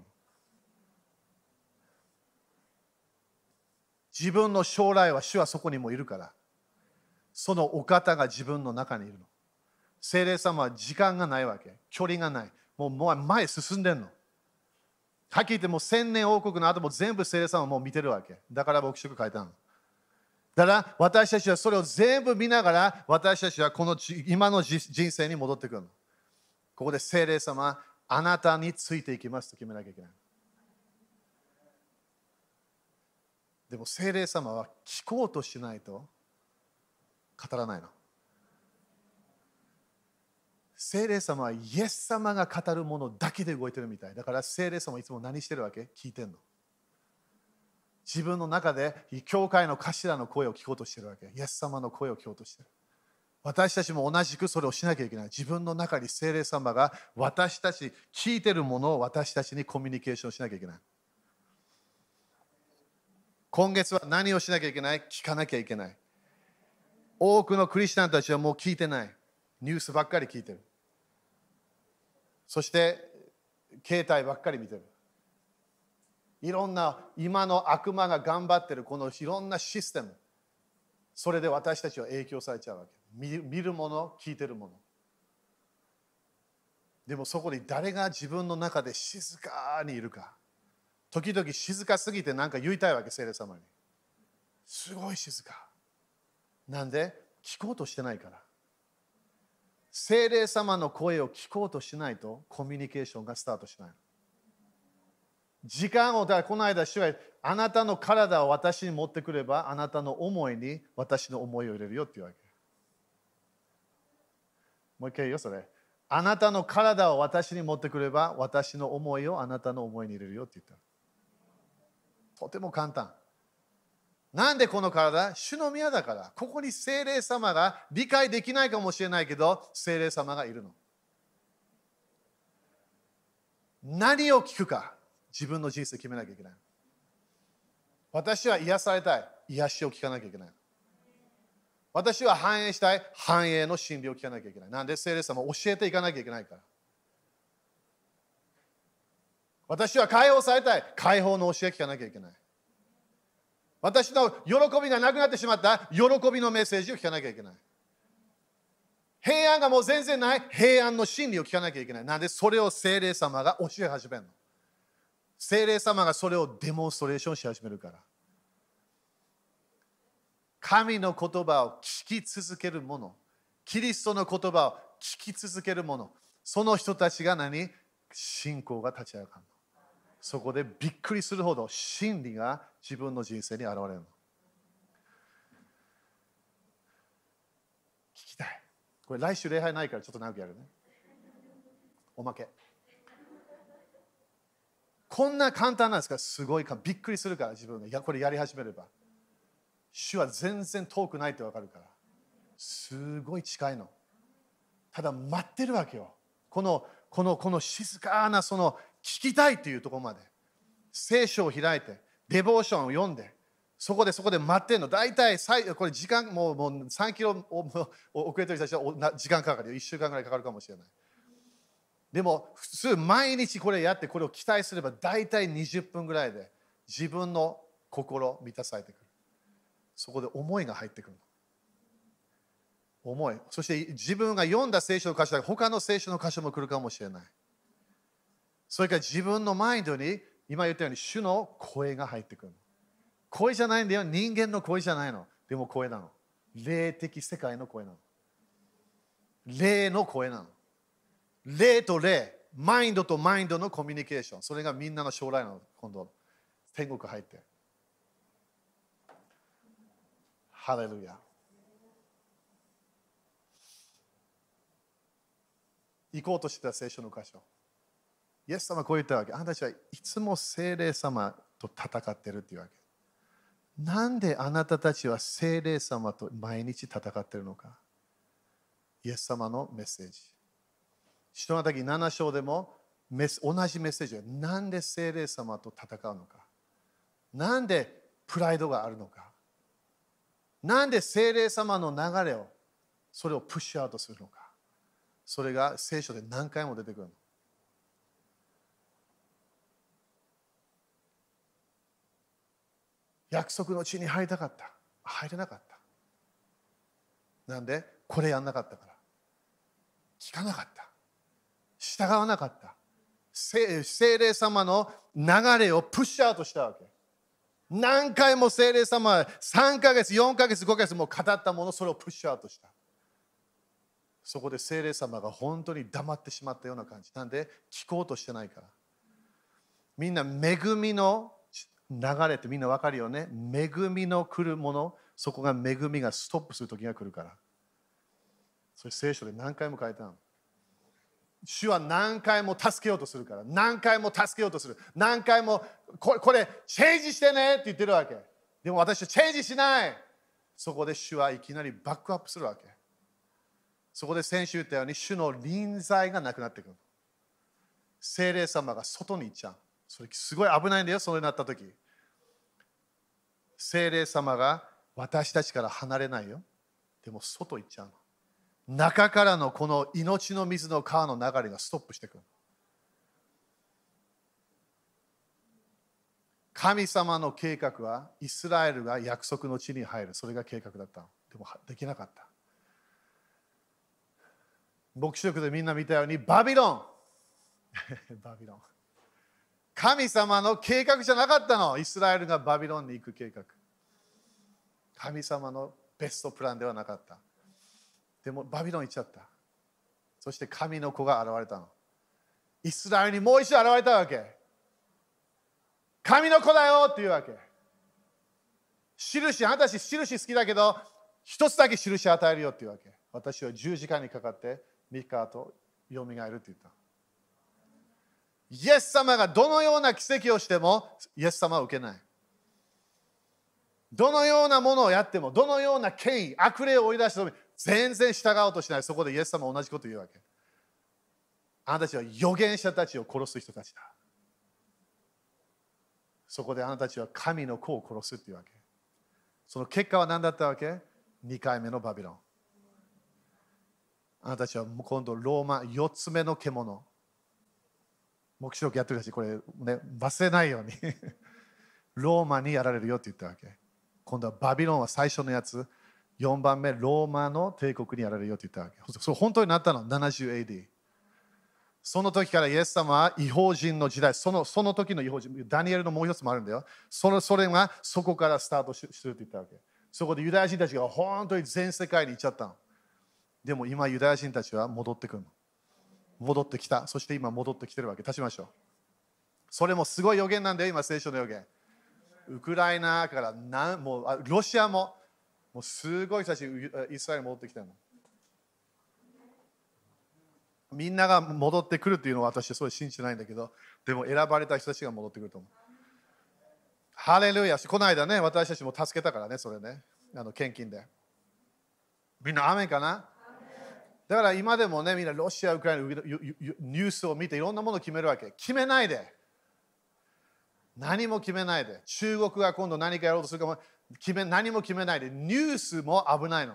自分の将来は主はそこにもいるから。そのお方が自分の中にいるの。聖霊様は時間がないわけ。距離がない。もうもう前進んでんの。はっきり言ってもう千年王国の後も全部聖霊様はもう見てるわけ。だから牧師書書いたの。だから私たちはそれを全部見ながら、私たちはこの今の人生に戻ってくるの。ここで聖霊様、あなたについていきますと決めなきゃいけない。でも聖霊様は聞こうとしないと語らないの。聖霊様はイエス様が語るものだけで動いてるみたい。だから聖霊様はいつも何してるわけ？聞いてんの。自分の中で教会の頭の声を聞こうとしてるわけ。イエス様の声を聞こうとしてる。私たちも同じくそれをしなきゃいけない。自分の中に聖霊様が私たち、聞いてるものを私たちにコミュニケーションしなきゃいけない。今月は何をしなきゃいけない？聞かなきゃいけない。多くのクリスチャンたちはもう聞いてない。ニュースばっかり聞いてる。そして携帯ばっかり見てる。いろんな今の悪魔が頑張ってるこのいろんなシステム、それで私たちは影響されちゃうわけ。見、見るもの、聞いてるもの。でもそこに誰が自分の中で静かにいるか。時々静かすぎて何か言いたいわけ、聖霊様に。すごい静か。なんで聞こうとしてないから。聖霊様の声を聞こうとしないとコミュニケーションがスタートしない。時間を、だからこの間、主はあなたの体を私に持ってくれば、あなたの思いに私の思いを入れるよっていうわけ。もう一回言うよ、それ。あなたの体を私に持ってくれば、私の思いをあなたの思いに入れるよって言った。とても簡単。なんでこの体？主の宮だから。ここに聖霊様が理解できないかもしれないけど、聖霊様がいるの。何を聞くか、自分の人生決めなきゃいけない。私は癒されたい。癒しを聞かなきゃいけない。私は繁栄したい。繁栄の真理を聞かなきゃいけない。なんで聖霊様を教えていかなきゃいけないから。私は解放されたい。解放の教えを聞かなきゃいけない。私の喜びがなくなってしまった喜びのメッセージを聞かなきゃいけない。平安がもう全然ない。平安の真理を聞かなきゃいけない。なんでそれを聖霊様が教え始めるの。聖霊様がそれをデモンストレーションし始めるから。神の言葉を聞き続ける者、キリストの言葉を聞き続ける者、その人たちが何？信仰が立ち上がるの。そこでびっくりするほど真理が自分の人生に現れるの。聞きたい。これ来週礼拝ないからちょっと長くやるね。おまけ。こんな簡単なんですか？すごいか。びっくりするから自分が。いや、これやり始めれば。主は全然遠くないってわかるから。すごい近いの。ただ待ってるわけよ。この、この、この静かなその聞きたいというところまで。聖書を開いて、デボーションを読んで、 そこでそこで待ってんの。大体これ時間もう、もうさんキロ遅れてる人たちは時間かかるよ。いっしゅうかんぐらいかかるかもしれない。でも普通毎日これやってこれを期待すれば大体にじゅっぷんぐらいで自分の心満たされてくる。そこで思いが入ってくるの。思い。そして自分が読んだ聖書の箇所だ他の聖書の箇所も来るかもしれない。それから自分のマインドに今言ったように主の声が入ってくるの。声じゃないんだよ。人間の声じゃないの。でも声なの。霊的世界の声なの。霊の声なの。霊と霊、マインドとマインドのコミュニケーション。それがみんなの将来の今度、天国入って。ハレルヤ。行こうとしてた聖書の箇所。イエス様はこう言ったわけ。あなたたちはいつも聖霊様と戦ってるっていうわけ。なんであなたたちは聖霊様と毎日戦ってるのか。イエス様のメッセージ。使徒の働きなな章でも同じメッセージはなんで聖霊様と戦うのか。なんでプライドがあるのか。なんで聖霊様の流れをそれをプッシュアウトするのか。それが聖書で何回も出てくるの。約束の地に入りたかった。入れなかった。なんでこれやんなかったから。聞かなかった。従わなかった。聖霊様の流れをプッシュアウトしたわけ。何回も聖霊様はさんかげつ、よんかげつ、ごかげつも語ったもの、それをプッシュアウトした。そこで聖霊様が本当に黙ってしまったような感じ。なんで聞こうとしてないから。みんな恵みの流れってみんな分かるよね。恵みの来るもの、そこが恵みがストップする時が来るから。それ聖書で何回も書いたの。主は何回も助けようとするから。何回も助けようとする。何回もこれ、これチェンジしてねって言ってるわけ。でも私はチェンジしない。そこで主はいきなりバックアップするわけ。そこで先週言ったように主の臨在がなくなってくる。聖霊様が外に行っちゃう。それすごい危ないんだよ、それになったとき。聖霊様が私たちから離れないよ。でも外行っちゃうの。中からのこの命の水の川の流れがストップしてくる。神様の計画はイスラエルが約束の地に入る。それが計画だった。でもできなかった。黙示録でみんな見たようにバビロンバビロン神様の計画じゃなかったの。イスラエルがバビロンに行く計画。神様のベストプランではなかった。でもバビロン行っちゃった。そして神の子が現れたの。イスラエルにもう一度現れたわけ。神の子だよっていうわけ。印、あなたたち印好きだけど、一つだけ印与えるよっていうわけ。私は十字架にかかって三日後よみがえるって言った。イエス様がどのような奇跡をしてもイエス様は受けない。どのようなものをやっても、どのような権威、悪霊を追い出しても全然従おうとしない。そこでイエス様は同じことを言うわけ。あなたたちは預言者たちを殺す人たちだ。そこであなたたちは神の子を殺すっていうわけ。その結果は何だったわけ？にかいめのバビロン。あなたたちは今度ローマよっつめの獣。黙示録やってる人たち、これ、ね、忘れないようにローマにやられるよって言ったわけ。今度はバビロンは最初のやつ、よんばんめローマの帝国にやられるよって言ったわけ。そう本当になったの、ななじゅうエーディー。その時からイエス様は違法人の時代、そのその時の違法人、ダニエルのもう一つもあるんだよ。そのそれがそこからスタートするって言ったわけ。そこでユダヤ人たちが本当に全世界に行っちゃったの。でも今ユダヤ人たちは戻ってくるの。戻ってきた。そして今戻ってきてるわけ。立ちましょう。それもすごい予言なんだよ、今聖書の予言。ウクライナからなんもうロシアももうすごい人たちイスラエルに戻ってきてるの。みんなが戻ってくるっていうのは私はそれ信じてないんだけど、でも選ばれた人たちが戻ってくると思う。ハレルヤ。この間ね、私たちも助けたからね、それね。あの献金で。みんなアメンかな？だから今でもね、みんなロシア、ウクライナのニュースを見ていろんなものを決めるわけ。決めないで。 何も決めないで。中国が今度何かやろうとするかも決め何も決めないで。ニュースも危ないの。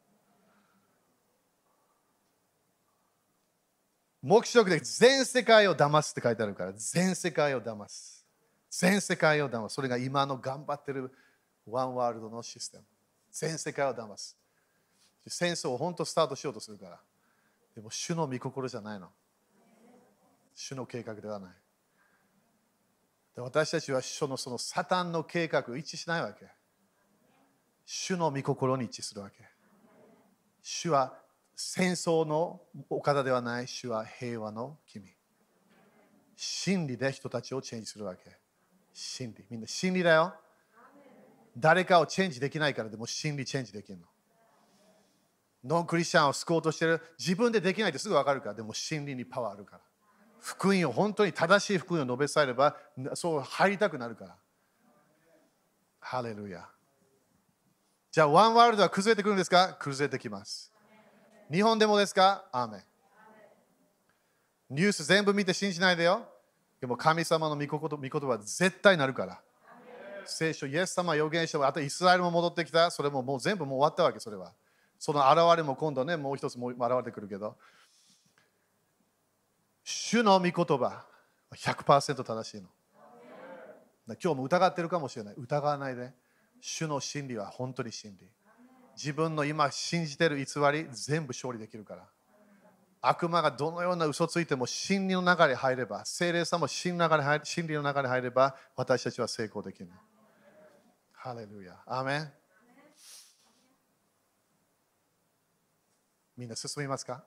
黙示録で全世界を騙すって書いてあるから、全世界を騙す。全世界を騙す。それが今の頑張ってるワンワールドのシステム。全世界を騙す。戦争を本当スタートしようとするから。でも主の御心じゃないの。主の計画ではない。で私たちは主のそのサタンの計画一致しないわけ。主の御心に一致するわけ。主は戦争のお方ではない。主は平和の君。真理で人たちをチェンジするわけ。真理。みんな真理だよ。誰かをチェンジできないからでも真理チェンジできるの。ノンクリスチャンを救おうとしてる。自分でできないってすぐ分かるから。でも真理にパワーあるから。福音を本当に正しい福音を述べさえればそう入りたくなるから。ハレルヤ。じゃあワンワールドは崩れてくるんですか？崩れてきます。日本でもですか？アーメン。ニュース全部見て信じないでよ。でも神様の御言葉は絶対なるから。聖書、イエス様予言者はあとイスラエルも戻ってきた。それももう全部もう終わったわけ。それは。その現れも今度ね、もう一つも現れてくるけど。主の御言葉 ひゃくパーセント 正しいの。今日も疑ってるかもしれない。疑わないで。主の真理は本当に真理。自分の今信じてる偽り全部勝利できるから。悪魔がどのような嘘ついても真理の中に入れば、聖霊さんも真理の中に入真理の中に入れば、私たちは成功できる。ハレルヤ。アーメン。みんな進みますか？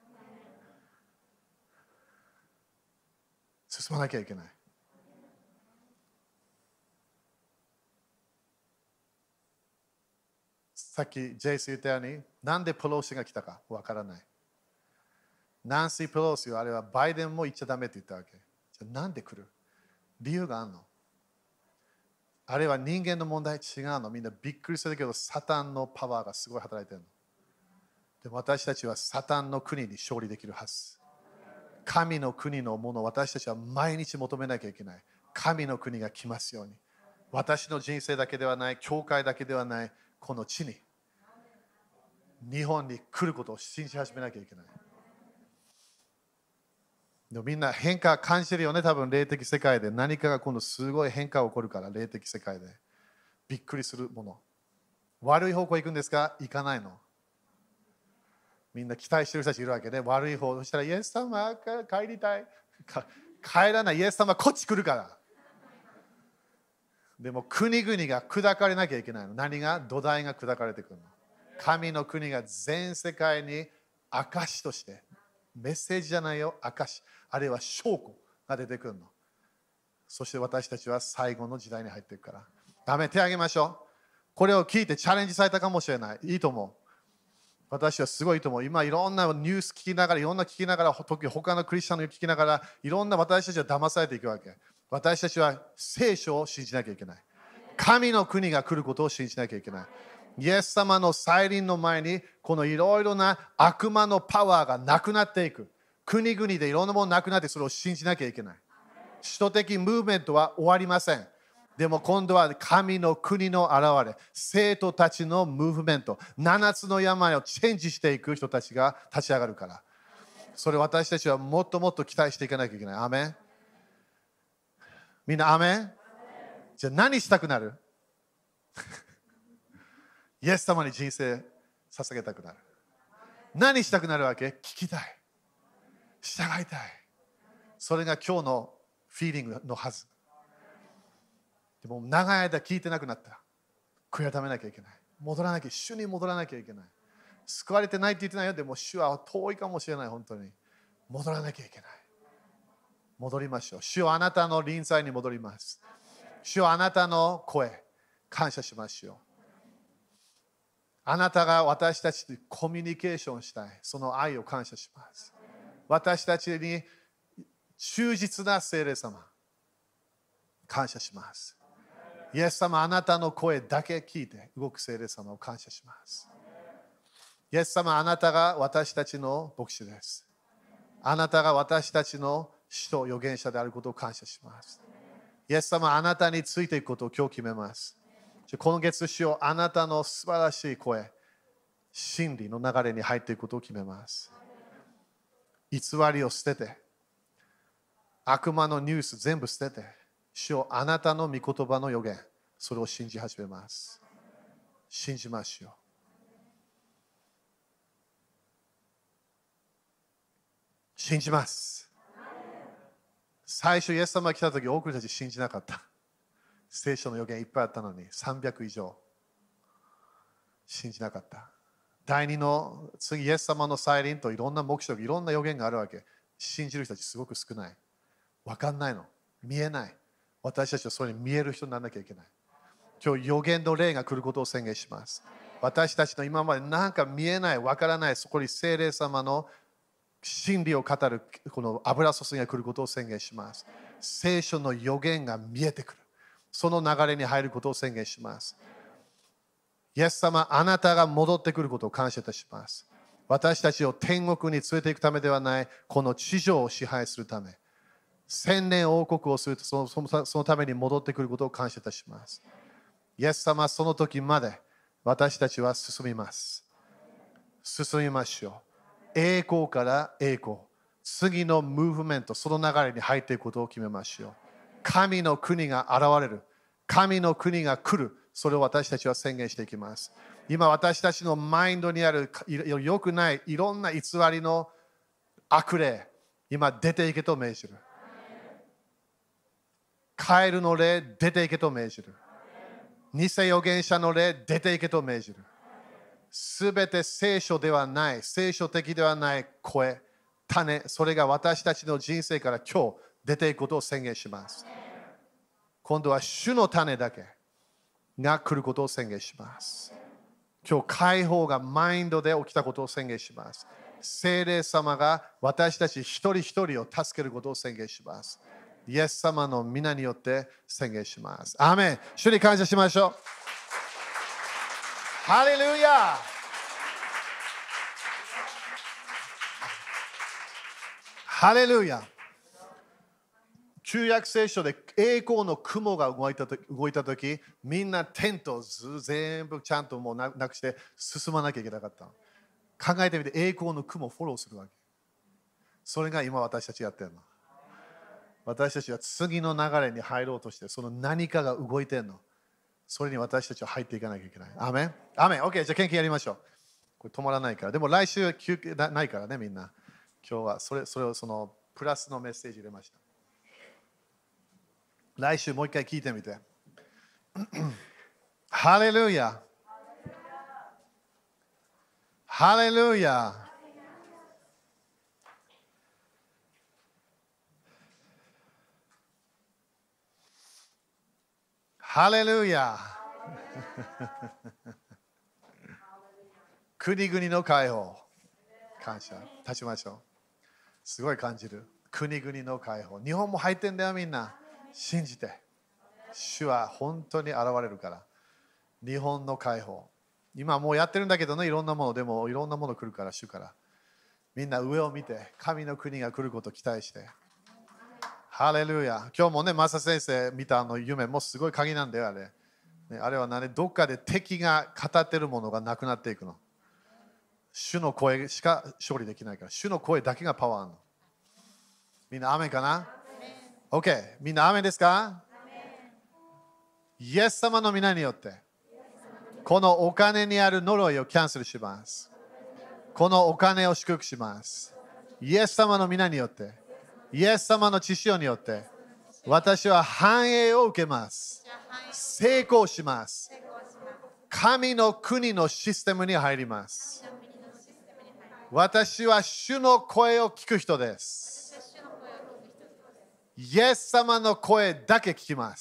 進まなきゃいけない。さっきジェイス言ったように、なんでペロシが来たかわからない。ナンシー・ペロシはあれはバイデンも言っちゃダメって言ったわけ。じゃあなんで来る？理由があるの。あれは人間の問題違うの。みんなびっくりするけど、サタンのパワーがすごい働いてるの。でも私たちはサタンの国に勝利できるはず。神の国のものを私たちは毎日求めなきゃいけない。神の国が来ますように。私の人生だけではない、教会だけではない、この地に、日本に来ることを信じ始めなきゃいけない。でもみんな変化感じてるよね、多分霊的世界で。何かが今度すごい変化が起こるから、霊的世界で。びっくりするもの。悪い方向行くんですか？行かないの。みんな期待してる人たちいるわけで、悪い方、そしたらイエス様帰りたい。帰らない、イエス様こっち来るから。でも国々が砕かれなきゃいけないの。何が？土台が砕かれてくるの。神の国が全世界に証として、メッセージじゃないよ、証。あるいは証拠が出てくるの。そして私たちは最後の時代に入っていくから。ダメ、手を挙げましょう。これを聞いてチャレンジされたかもしれない。いいと思う。私はすごいと思う。今いろんなニュース聞きながら、いろんな聞きながら、時他のクリスチャンの聞きながら、いろんな私たちは騙されていくわけ。私たちは聖書を信じなきゃいけない。神の国が来ることを信じなきゃいけない。イエス様の再臨の前に、このいろいろな悪魔のパワーがなくなっていく。国々でいろんなものなくなって、それを信じなきゃいけない。首都的ムーブメントは終わりません。でも今度は神の国の現れ、生徒たちのムーブメント、ななつの病をチェンジしていく人たちが立ち上がるから。それ私たちはもっともっと期待していかなきゃいけない。アメン。みんなアメン。じゃあ何したくなる？イエス様に人生捧げたくなる。何したくなるわけ？聞きたい。従いたい。それが今日のフィーリングのはず。でも長い間聞いてなくなった。悔い改めなきゃいけない。戻らなきゃ、主に戻らなきゃいけない。救われてないって言ってないよ。でも主は遠いかもしれない。本当に。戻らなきゃいけない。戻りましょう。主はあなたの臨在に戻ります。主はあなたの声、感謝しましょう。あなたが私たちとコミュニケーションしたい。その愛を感謝します。私たちに忠実な聖霊様、感謝します。イエス様、あなたの声だけ聞いて動く聖霊様を感謝します。イエス様、あなたが私たちの牧師です。あなたが私たちの使徒預言者であることを感謝します。 イエス様、あなたについていくことを今日決めます。今月主よ、あなたの素晴らしい声、真理の流れに入っていくことを決めます。偽りを捨てて、悪魔のニュース全部捨てて、主よ、あなたの御言葉の予言、それを信じ始めます。信じましょう。信じます。最初、イエス様が来たとき、多くの人たち信じなかった。聖書の予言いっぱいあったのに、さんびゃく以上。信じなかった。第二の次、イエス様の再臨といろんな目標、いろんな予言があるわけ。信じる人たちすごく少ない。わかんないの。見えない。私たちはそれに見える人にならなきゃいけない。今日、予言の霊が来ることを宣言します。私たちの今までなんか見えない、わからない、そこに聖霊様の真理を語るこの油注ぎが来ることを宣言します。聖書の予言が見えてくる。その流れに入ることを宣言します。イエス様、あなたが戻ってくることを感謝いたします。私たちを天国に連れて行くためではない、この地上を支配するため、千年王国をするとその、その、そのために戻ってくることを感謝いたします。イエス様、その時まで私たちは進みます。進みましょう。栄光から栄光。次のムーブメント、その流れに入っていくことを決めましょう。神の国が現れる。神の国が来る。それを私たちは宣言していきます。今私たちのマインドにある良くないいろんな偽りの悪霊、今出ていけと命じる。カエルの霊、出ていけと命じる。偽預言者の霊、出ていけと命じる。すべて聖書ではない、聖書的ではない声、種、それが私たちの人生から今日出ていくことを宣言します。今度は主の種だけが来ることを宣言します。今日解放がマインドで起きたことを宣言します。聖霊様が私たち一人一人を助けることを宣言します。イエス様の皆によって宣言します。アーメン。主に感謝しましょう。ハレルヤ。ハレルヤ。旧約聖書で栄光の雲が動いたと動いたとき、みんなテントを全部ちゃんともうなくして進まなきゃいけなかった。考えてみて、栄光の雲をフォローするわけ。それが今私たちやってるの。私たちは次の流れに入ろうとして、その何かが動いてるの。それに私たちは入っていかなきゃいけない。アーメン。アーメン。OK、じゃあ献金やりましょう。これ止まらないから。でも来週休憩ないからね、みんな。今日はそれそれをそのプラスのメッセージ入れました。来週もう一回聞いてみて。ハレルヤ。ハレルヤ。ハレルヤ。国々の解放。感謝。立ちましょう。すごい感じる。国々の解放。日本も入ってんだよ、みんな。信じて。主は本当に現れるから。日本の解放。今もうやってるんだけどね、いろんなもの。でもいろんなもの来るから、主から。みんな上を見て、神の国が来ることを期待して。ハレルヤ。今日もね、マサ先生見たあの夢もすごい鍵なんだよ、あれ。ね、あれは何、どっかで敵が語ってるものがなくなっていくの。主の声しか勝利できないから、主の声だけがパワーあるの。みんなアメンかな？ OK。みんなアメンですか？イエス様の皆によって、このお金にある呪いをキャンセルします。このお金を祝福します。イエス様の皆によって、イエス様の血潮によって、私は繁栄を受けます。成功します。神の国のシステムに入ります。私は主の声を聞く人です。イエス様の声だけ聞きます。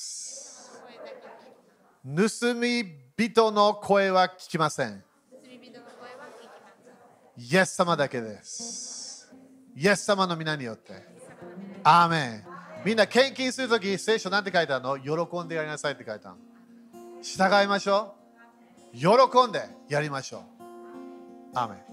盗み人の声は聞きません。イエス様だけです。イエス様の皆によって。アーメン。みんな献金するとき、聖書なんて書いてあるの？喜んでやりなさいって書いてある。従いましょう。喜んでやりましょう。アーメン。